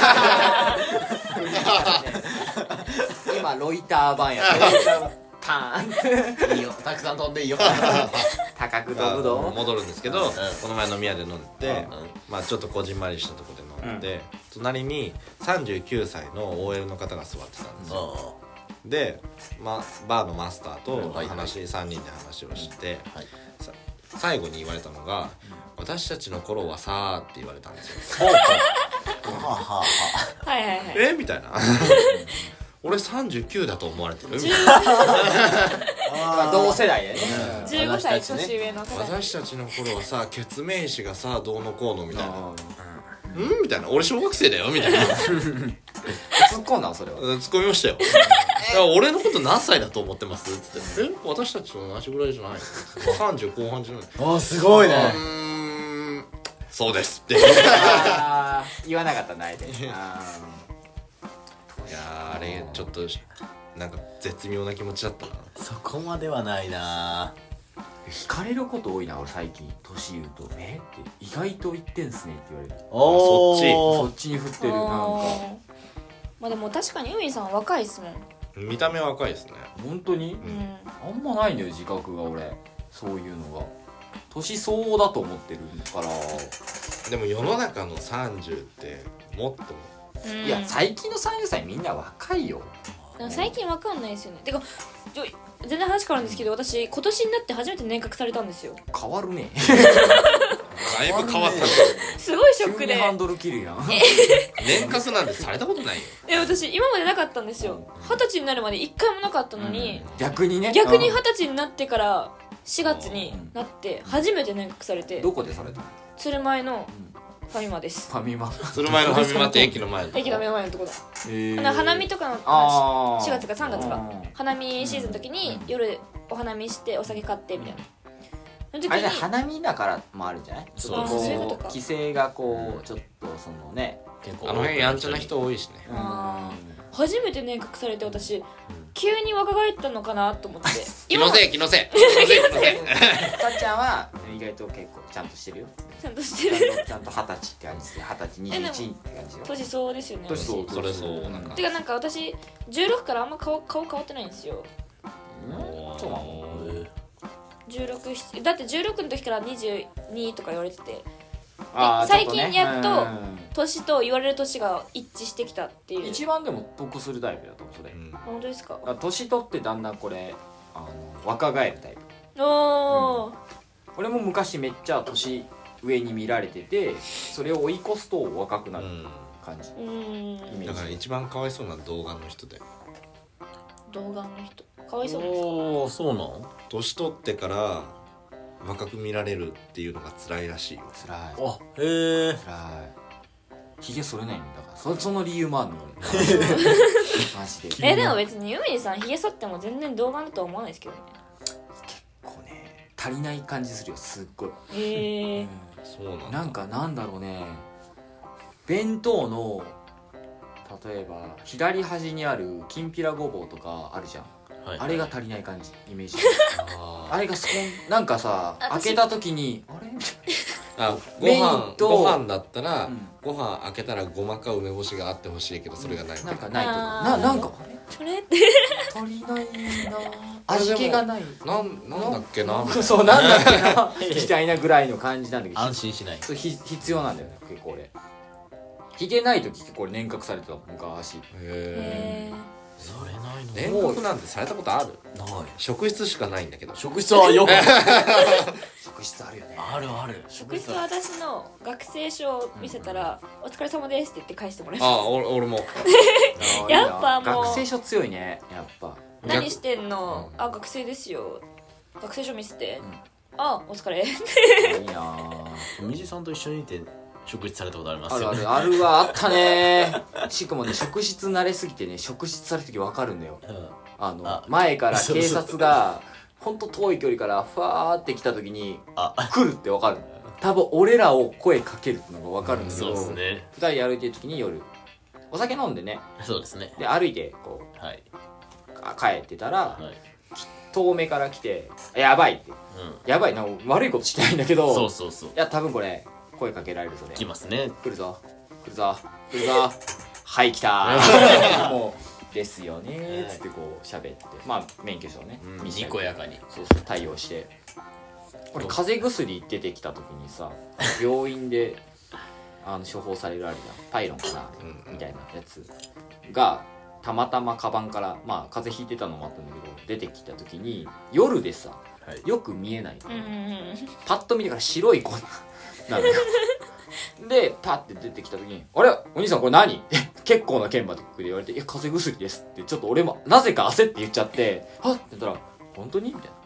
今ロイター版や。パーン。 いいよ、たくさん飛んでいいよ。 高く飛ぶぞ。 戻るんですけど、この前飲み屋で飲んで、まあちょっとこじんまりしたとこで飲んで、隣に39歳の OL の方が座ってたんですよ。で、バーのマスターと3人で話をして、最後に言われたのが、私たちの頃はさーって言われたんですよ。 はいはいはいみたいな。俺39だと思われてるみたいな。 同世代やね。 15歳年上の方。 私たちの頃はさ、ケツメイシがさどうのこうのみたいな。みたいな。俺小学生だよみたいな。 突っ込んだのそれは。 突っ込みましたよ。俺のこと何歳だと思ってますって言って、私たちと同じぐらいじゃないの？30後半じゃない？ あ、すごいね。 そうですって言わなかったな、あえて。いやあれちょっとなんか絶妙な気持ちだったな。 そこまではないな。 聞かれること多いな、俺最近年言うとって意外と言ってんすねって言われる。そっちに振ってる。なんかまあでも確かに海さん若いっすもん。 見た目は若いですね。 本当に？あんまないんだよ自覚が。俺そういうのが年相応だと思ってるから。 でも世の中の30ってもっといや最近の30歳みんな若いよ。 でも最近わかんないですよね。てか全然話変わるんですけど、私今年になって初めて年賀されたんですよ。 変わるね。 だいぶ変わったね。 すごいショックで。 急にハンドル切るやん。 年賀なんてされたことないよ。 私今までなかったんですよ。20歳になるまで1回もなかったのに、 逆にね。 逆に20歳になってから4月になって初めて年賀されて。 どこでされたの？ 鶴舞のファミマです。 ファミマ。 鶴舞のファミマって駅の前の。 駅の目の前のとこだ。花見とかの4月か3月か花見シーズンの時に夜お花見してお酒買ってみたいな。 あれね、花見だからもあるんじゃない？ちょっとこう規制がこうちょっとそのね、 あの辺やんちゃな人多いしね。 初めて年賀されて私急に若返ったのかなと思って。 気のせい。さっちゃんは意外と結構ちゃんとしてるよ。 ちゃんとしてる。 ちゃんと20歳って感じで、20歳21って感じよ。 年相応ですよね。 年相応。 それそうなんか。 てかなんか私16からあんま顔変わってないんですよ。 そうなの ？16だって16の時から22とか言われてて、最最近近やっと年と言われる年が一致してきたっていう。 一番でも得するタイプだと思うそれ。 本当ですか？ 年取ってだんだんこれ若返るタイプ。俺も昔めっちゃ年上に見られてて、それを追い越すと若くなる感じ。 だから一番かわいそうな童顔の人で。 童顔の人かわいそうですか？ そうなの？ 年取ってから若く見られるっていうのが辛いらしいよ。 辛い。 へえ。 辛い。ひげ剃れないんだからその理由もあるのマジで。 でも別にユミさんひげ剃っても全然童顔だとは思わないですけどね。 結構ね足りない感じするよすっごい。 そうなんだ。 なんかなんだろうね、弁当の例えば左端にあるきんぴらごぼうとかあるじゃん。あれが足りない感じイメージ。あれがなんかさ開けた時にあれみたいな。 ご飯だったら、ご飯開けたらごまか梅干しがあってほしいけどそれがない。 なんかないとかなんかそれって足りないな。味気がない。 なんだっけな。 そうなんだっけなみたいなぐらいの感じなんだけど安心しない。 そう必要なんだよね結構俺。ひげない時結構年賀されてた昔。 それないの？ 年賀なんてされたことある？ ない。 職質しかないんだけど。 職質はよく職質あるよね。 あるある。 職質は私の学生証を見せたらお疲れ様ですって言って返してもらいます。 俺も。 やっぱもう学生証強いねやっぱ。 何してんの？学生ですよ。学生証見せて。 あお疲れいいなぁ。 みじさんと一緒にいて職質されたことありますあるよね。 あるあるわ、あったね。しかもね、職質慣れすぎてね、職質される時分かるんだよ。前から警察がほんと遠い距離からファーって来た時に来るって分かる。多分俺らを声かけるってのが分かるんだけど、 そうですね。 2人で歩いてる時に夜お酒飲んでね、 そうですね。 で歩いてこうはい。 帰ってたら、 はい。 遠目から来てやばいって、やばいな、悪いことしてないんだけど、 そうそうそう。 いや多分これ声かけられるぞね。 来ますね。 来るぞ来るぞ来るぞはい来たーもうですよねーっつってこう喋って、まあ免許証ね、見せてにこやかに。 そうそう対応して、俺風邪薬出てきた時にさ病院で処方されるあれじゃん、パイロンかな、みたいなやつがたまたまカバンからまあ風邪ひいてたのもあったんだけど出てきた時に夜でさ、よく見えない、パッと見てから白い粉なのよでパッて出てきた時に「あれお兄さんこれ何?」って結構な剣幕で言われて「いや風邪薬です」ってちょっと俺もなぜか焦って言っちゃって「はっ?」って言ったら「本当に?」みたいな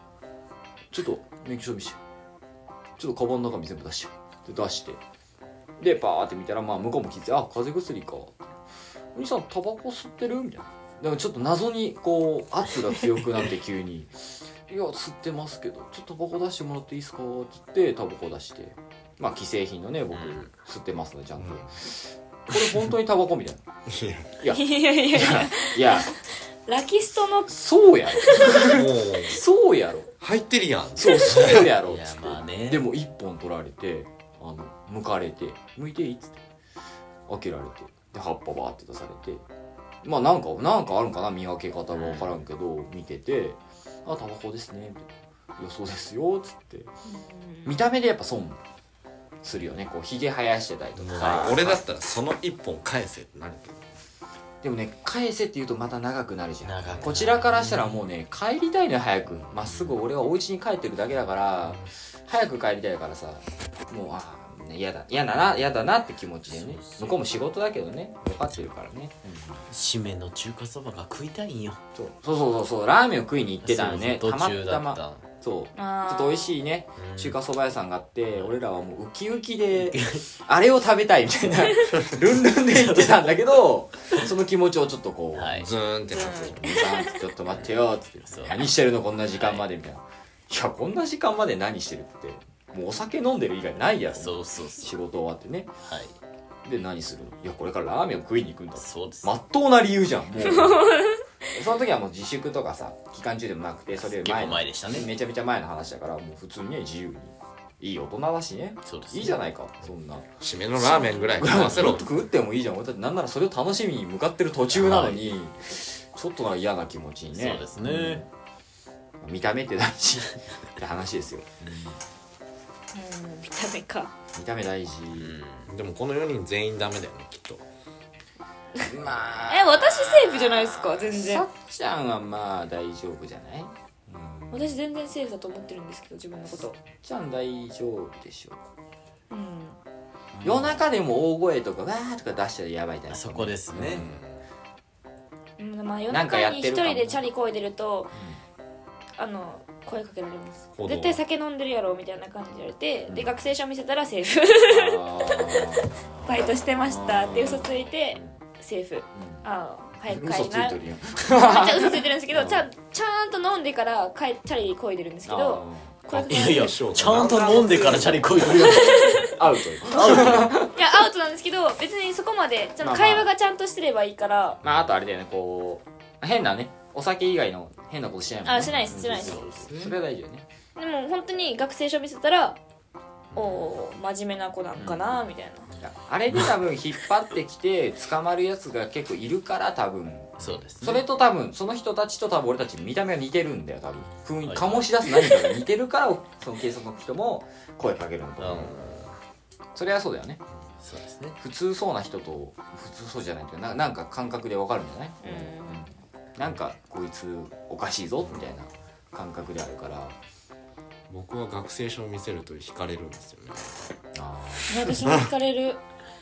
「ちょっと免許証見してちょっとカバンの中身全部出してよ」って出してでパーって見たらまあ向こうも聞いて「あ風邪薬か」お兄さんタバコ吸ってる?」みたいな。でもちょっと謎にこう圧が強くなって急に「いや吸ってますけどちょっとタバコ出してもらっていいですか?」って言ってタバコ出してまあ既製品のね僕吸ってますのでちゃんと、これ本当にタバコみたいないやいやラキストのそうやろもうそうやろ入ってるやん。 そうやろいやまあね。 でも1本取られて剥かれて「剥いていい?」っつって開けられてで葉っぱバーって出されてまあなんかあるんかな見分け方が分からんけど見てて「あタバコですね」みたいな「いやそうですよ」っつって見た目でやっぱ損するよね、こうひげ生やしてたりとかさ、 俺だったらその一本返せってなるけど。 でもね返せって言うとまた長くなるじゃん。 長くなるこちらからしたらもうね帰りたいのよ早く、まっすぐ俺はお家に帰ってるだけだから早く帰りたいからさ、もう嫌だなって気持ちでね、向こうも仕事だけどね分かってるからね、 締めの中華そばが食いたいんよ。 そうラーメンを食いに行ってたのね、 そうたま途中だったたまそうちょっと美味しいね中華そば屋さんがあって、俺らはもうウキウキであれを食べたいみたいなルンルンで言ってたんだけどその気持ちをちょっとこう、 はいズーンってなってる。 ちょっと待ってよっつって何してるのこんな時間までみたいな、いやこんな時間まで何してるってもうお酒飲んでる以外ないやろ、 そうそう仕そう。 事終わってねはい。 で何するの、いやこれからラーメンを食いに行くんだ、 そうです。 まっとうな理由じゃんもうその時はもう自粛とかさ期間中でもなくてそれより結構前でしたね。 めちゃめちゃ前の話だからもう普通にね自由にいい大人だしね、 そうです。 いいじゃないかそんな締めのラーメンぐらい食わせろ。 食ってもいいじゃん、俺だってなんならそれを楽しみに向かってる途中なのに、ちょっとなんか嫌な気持ちにね、 そうですね。 見た目って大事って話ですよ。 見た目か見た目大事、 でもこの4人全員ダメだよねきっと。 まあ私セーフじゃないですか全然さっちゃんはまあ大丈夫じゃない、 私全然セーフだと思ってるんですけど自分のことさっちゃん大丈夫でしょ、 うん夜中でも大声とかわーとか出したらやばいタイプ、 そこですね。 まあ夜なんかや中に一ってるかも人でチャリこいでると声かけられますほど絶対酒飲んでるやろみたいな感じで言われて、で学生証見せたらセーフあバイトしてましたって嘘ついてセーフ早く帰嘘りなついてるやんめっちゃ嘘ついてるんですけどちゃんと飲んでからチャリこいでるんですけど声かけられるいやいや、ちゃんと飲んでからチャリこいでるよ。 アウトいやアウトなんですけど別にそこまでちゃんと会話がちゃんとしてればいいからまああとあれだよねこう変なねお酒以外の変なことしないもんねしないですしないですそれは大事よね。 でも本当に学生証見せたらおー真面目な子なんかなみたいなあれで多分引っ張ってきて捕まるやつが結構いるから多分そうですね。 それと多分その人たちと多分俺たち見た目が似てるんだよ多分雰囲気醸し出す何かが似てるからその警察の人も声かけるのと思う、それはそうだよね。 そうですね。 普通そうな人と普通そうじゃないというなんか感覚でわかるんじゃない、なんかこいつおかしいぞみたいな感覚であるから僕は学生証を見せると惹かれるんですよね。 私も聞かれる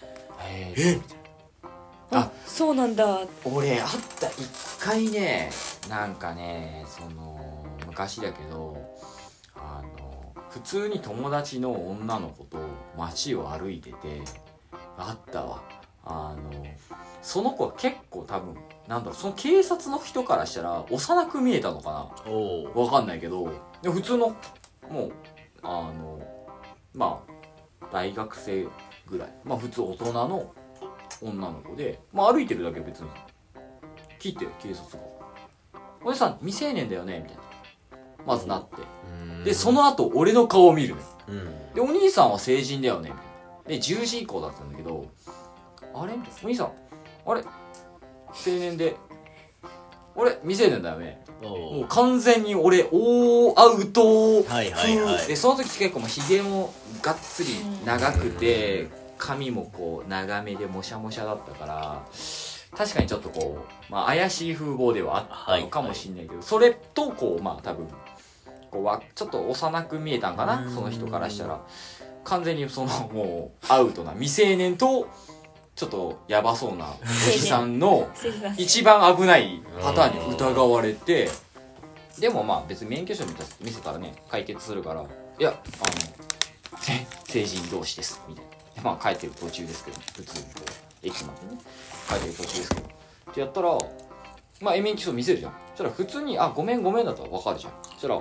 そうなんだ俺あった一回ねなんかね昔だけど普通に友達の女の子と街を歩いててあったわ。その子は結構多分なんだろう、その警察の人からしたら幼く見えたのかな、わかんないけど、で普通のもうまあ大学生ぐらい、まあ普通大人の女の子で、まあ歩いてるだけ別に聞いて警察が「お姉さん未成年だよね」みたいなまずなって、でその後俺の顔を見るのよ、でお兄さんは成人だよねみたいなで10時以降だったんだけど、あれみたいな、お兄さんあれ青年で俺未成年だよね、もう完全に俺アウト風で、その時結構ヒゲもがっつり長くて髪もこう長めでもしゃもしゃだったから確かにちょっとこう、まあ、怪しい風貌ではあったのかもしれないけど、それとこうまあ多分こうちょっと幼く見えたんかな、その人からしたら完全にそのもうアウトな未成年とちょっとヤバそうなおじさんの一番危ないパターンに疑われて、でもまあ別に免許証見せたらね解決するから、いや成人同士ですみたいな、まあ帰ってる途中ですけど、普通にこう駅までね帰ってる途中ですけどってやったら、まあ免許証見せるじゃん。そしたら普通にごめんだったら分かるじゃん。そしたら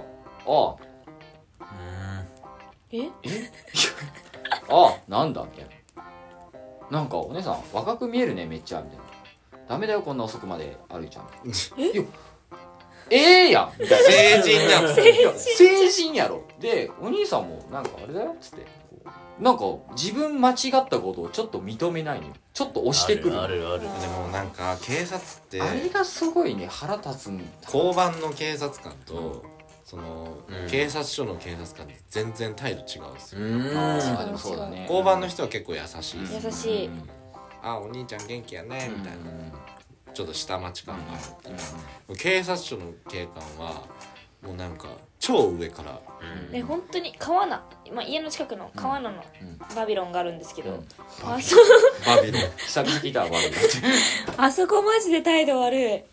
なんだみたいな、なんかお姉さん若く見えるねめっちゃみたいな、ダメだよこんな遅くまで歩いちゃうやんみたいな、 成人やん成人やろ。でお兄さんもなんかあれだよっつってなんか自分間違ったことをちょっと認めないのよ、ちょっと押してくる。 あるでもなんか警察ってあれがすごいね腹立つんだ。 交番の警察官とその、警察署の警察官って全然態度違うんですよ。 でもそうだね、 交番の人は結構優しい、 優しい、 お兄ちゃん元気やねみたいな、ちょっと下町感がある、警察署の警官はもうなんか超上から、 で本当に川名、まあ、家の近くの川名のバビロンがあるんですけど、 バビロン久々聞いたわバビロンってあそこマジで態度悪い。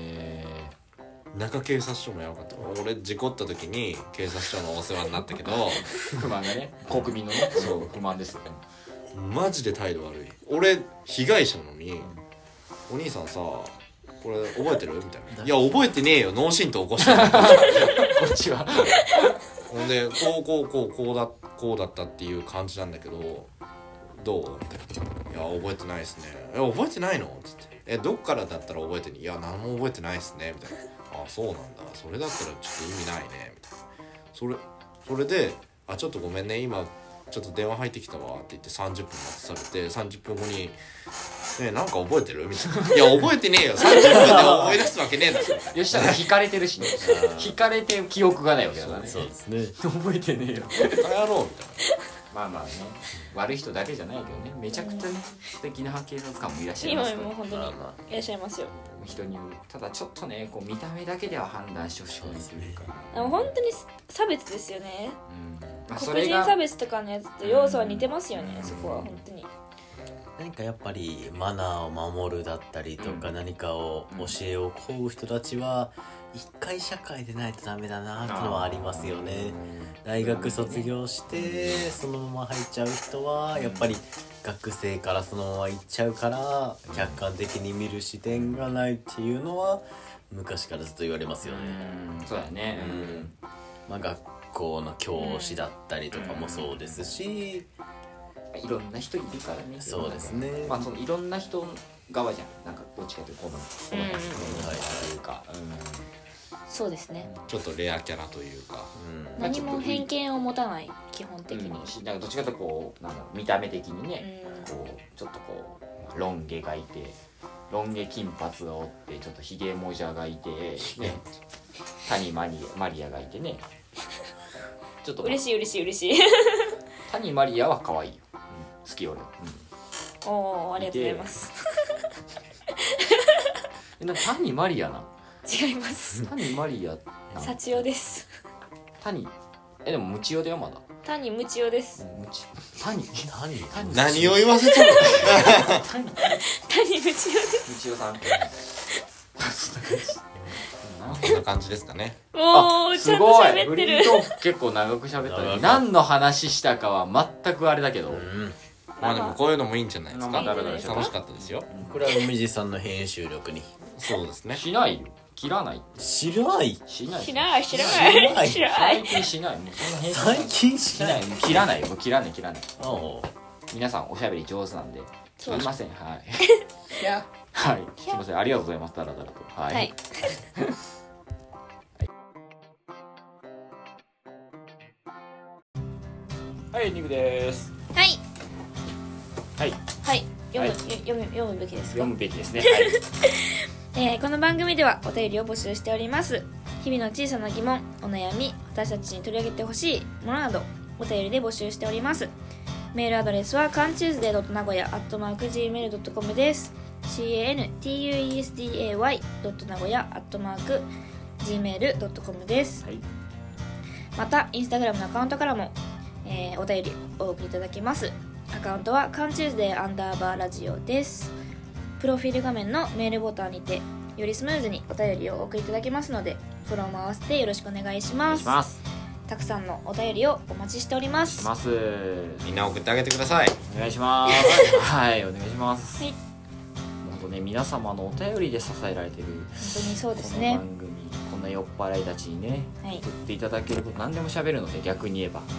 中警察署もやばかった。俺事故った時に警察署のお世話になったけど不満がね、国民のねそう不満ですよね。 マジで態度悪い。俺被害者なのに、お兄さんさこれ覚えてるみたいな、いや覚えてねえよ脳震盪起こしてるこっちはほんでこうだったっていう感じなんだけどどうって、いや覚えてないですね。覚えてないのつってどっからだったら覚えてる？いや何も覚えてないですねみたいな。そうなんだ、それだったらちょっと意味ないねみたいな。それでちょっとごめんね今ちょっと電話入ってきたわって言って30分待たされて、30分後になんか覚えてるみたいな。いや覚えてねえよ、30分で思い出すわけねえだろ。 よしたら引かれてるしね引かれて記憶がないわけだからね。 そうですね、 覚えてねえよやろうみたいまあまあね、悪い人だけじゃないけどね、めちゃくちゃね素敵な警察官もいらっしゃい今ますから、 も本当にいらっしゃいますよ。 人による。ただちょっとねこう見た目だけでは判断してほしくないというか、 でも本当に差別ですよね、 まあ、 黒人差別とかのやつと要素は似てますよね、そこは本当に。 何かやっぱりマナーを守るだったりとか、何かを教えを請う人たちは一回社会でないとダメだなっていうのはありますよね。大学卒業してそのまま入っちゃう人はやっぱり学生からそのまま行っちゃうから客観的に見る視点がないっていうのは昔からずっと言われますよね。 そうだね、 まあ、学校の教師だったりとかもそうですし、 いろんな人いるからね。 そうですね、 まあそのいろんな人側じゃん、なんかどっちかというとこのというか、 そうですね、 ちょっとレアキャラというか、 何も偏見を持たない基本的に、 なんかどっちかというとこうなんだろう、見た目的にね、こうちょっとこうロン毛がいて、ロン毛金髪がおってちょっとひげもじゃがいてね谷マリアがいてね、ちょっと嬉しい谷マリアは可愛いよ、好き俺、 おーありがとうございます。 谷マリアな違います。 谷マリアな幸代です。 谷でもムチオだよまだ。 谷ムチオです。 谷何を言わせちゃうの谷ムチオです。 ムチオさんな感じですかね。 おーちゃんとすごい喋ってるフリートーク結構長く喋ったね。 長く何の話したかは全くあれだけど、 まあでもこういうのもいいんじゃないですか。 まあだらだら楽しかったですよ。 これは海地さんの編集力にそうですね。 しないよ。切らない。 白いしない。 知らない知ら知らなないい知らな最い近しない。もうそんな編集最近しなしないい。もう切らないよ。もう切らない切らない。 おう皆さんおしゃべり上手なんで。すいません。はい。 いやはい。すいません。ありがとうございます。だらだらと。はい。 はいはい、エンディングです。 はいはい。 はい読む、 はい読むべきですか読むべきですね。はい。 この番組ではお便りを募集しております。日々の小さな疑問、お悩み、私たちに取り上げてほしいものなどお便りで募集しております。メールアドレスは cantuesday.nagoya@gmail.com です。cantuesday.nagoya@gmail.com です。 はい。 またインスタグラムのアカウントからも、お便りをお送りいただけます。アカウントは cantuesday_radio です。プロフィール画面のメールボタンにてよりスムーズにお便りをお送りいただけますので、フォローも合わせてよろしくお願いしお願ます。 いします。 たくさんのお便りをお待ちしておりましす。 ます。 みんな送ってあげてください。 お願いします。はい、お願いします。 はい、 本当ね、皆様のお便りで支えられてる。 本当にそうですこのね番。組、こんな酔っ払いたちにね、 はい送っていただけること何でも喋るので、逆に言えば、はい、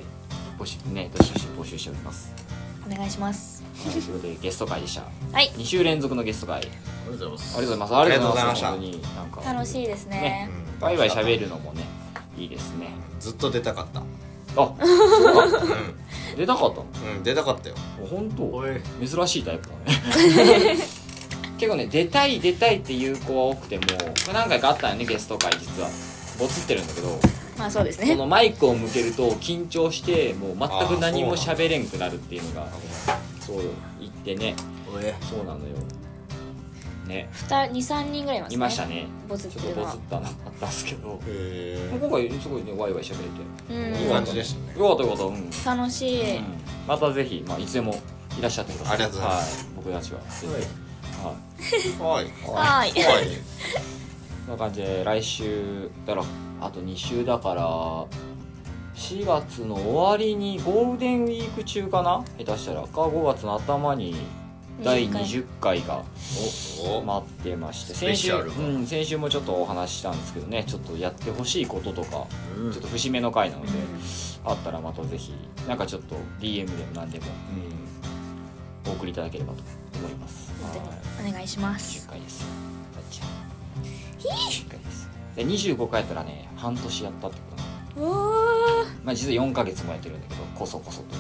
募集ね、どしどし募集しております。 お願いします。 はい、ということでゲスト会でした。 はい、 2週連続のゲスト会。ありありがとうございますがとうございます。ありがとうございます。 あ本当になんか楽しいですね。 ワイワイ喋るのもね、いいですね。 ずっと出たかった。 あ、 う出たかったの？ ん、出たかったよ。 本当おい珍しいタイプだね。結構ね、出たいっていう子は多くても、これ何回かあったよね、ゲスト会実は。ボツってるんだけど、 まあそうですね。 このマイクを向けると緊張してもう全く何も喋れんくなるっていうのがそう言ってね。 おいそうなのよね。 2、3人ぐらいいますね。 いましたね。 ボツっちょっとボていうのはツったのあったんですけど、 へ今回すごいねワイワイ喋れてうんいい感じでしたね。 よかったよかった。うん、 楽しい。 またぜひ、まあ、いつでもいらっしゃってください。 ありがとうございますはい、僕たちははい、 はい。 はい。 はい。 そんな感じで来週だからあと2週だから4月の終わりにゴールデンウィーク中かな、下手したらか5月の頭に第20回がお待ってまして、 スペシャル先週もちょっとお話ししたんですけどね、ちょっとやってほしいこととか、 うんちょっと節目の回なので、 うあったらまたぜひなんかちょっと DM でも何でも、お送りいただければと思います。 本はい当にお願いしま 10 す。 回です。10回です。で25回やったらね、半年やったってことなの。 おー、 まあ実は4ヶ月もやってるんだけど、こそこそと。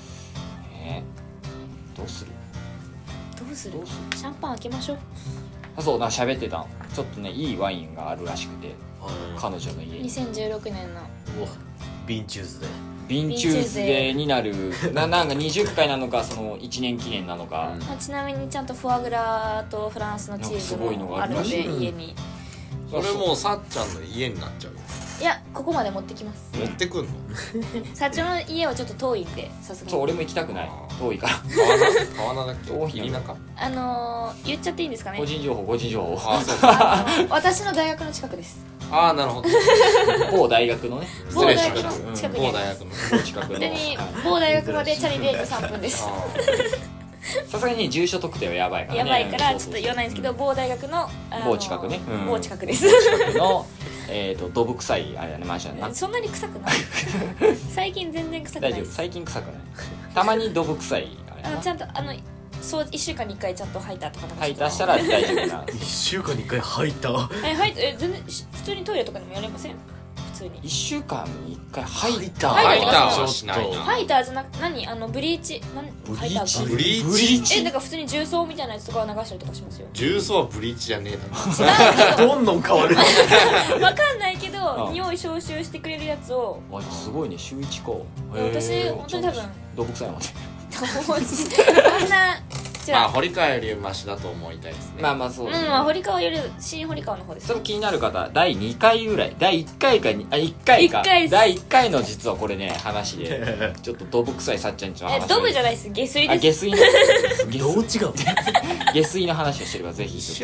どうする？ どうするどうする？ シャンパン開けましょう。 あ、そう、喋ってたの。ちょっとね、いいワインがあるらしくて、彼女の家に。 2016年のうわビンチューズでビンチューズデーになるなんか20回なのか、その1年記念なのか、 まあちなみにちゃんとフォアグラとフランスのチーズすごいのもあるのがあるらしいで、家に。 それもうさっちゃんの家になっちゃうよ。 いや、ここまで持ってきます。 持ってくんの？ 社長の家はちょっと遠いんで、さすがに。 そう俺も行きたくない、遠いから。 川名だっけ？ 遠い田舎？ 言っちゃっていいんですかね個。人情報あ、そうか。 私の大学の近くです。 ああ、なるほど。 某大学のね、 某大学失礼しました。 の近くにあります。 某大学の。 某近くの本当にはい某大学までチャリで3分です。 あさすがに住所特定はやばいからね。 やばいからちょっとそうそうそう言わないんですけど、某大学の某近くねうん某近くです。 近くのドブ臭いあれだね、マンションな。 そんなに臭くない。最近全然臭くな大丈夫、 いです。 最近臭くない。たまにドブ臭いあれなちゃんとそう1週間に1回ちゃんと吐いたとかなんか吐い出したら大丈夫な。 1週間に1回吐いた全然普通にトイレとかでもやれません？普通に 1週間に1回吐いた。 吐いたはしないな。 ハイターじゃなくブリーチハイターかブリーブリーチ？ チだから普通に重曹みたいなやつとかは流したりとかしますよ。 重曹はブリーチじゃねえだろ。 違うどんどん変わるわかんないけどうん匂い消臭してくれるやつをあすごいね、週1か。 私本当に多分ドブ臭いもんね。 あんな違うまあ堀川よりマシだと思いたいですね。 まあまあそうですね。 まあ堀川より新堀川の方ですそれ気になる方、第2回ぐらい、第1回か1回か 1回です第1回の実はこれね、話でちょっとドブ臭いさっちゃんちの話をドブじゃないです下水あ、 です下水のどう違う下水の話をしてればぜひ一緒や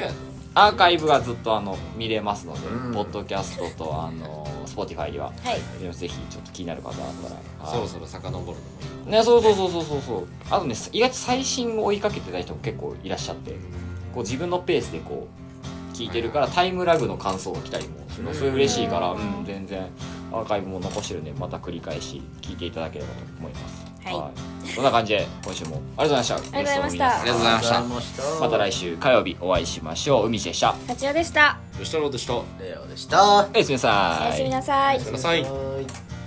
アーカイブがずっと見れますので、 うんポッドキャストとSpotify には、 はいぜひちょっと気になる方だったら、 そろそろ遡るのもいい。 ね、そうあとね、意外と最新を追いかけてた人も結構いらっしゃって、こう自分のペースでこう聞いてるからタイムラグの感想が来たりもするの、それ嬉しいから、全然アーカイブも残してるんで、また繰り返し聞いていただければと思います。 はいそんな感じで今週もありがとうございました。 ありがとうございましたゲストの皆さんありがとうございました。 また来週火曜日お会いしましょう。海地でした。 こちらでした。 吉太郎でした。 レオでした。 おやすみなさい。 おやすみなさい。 ください。 はい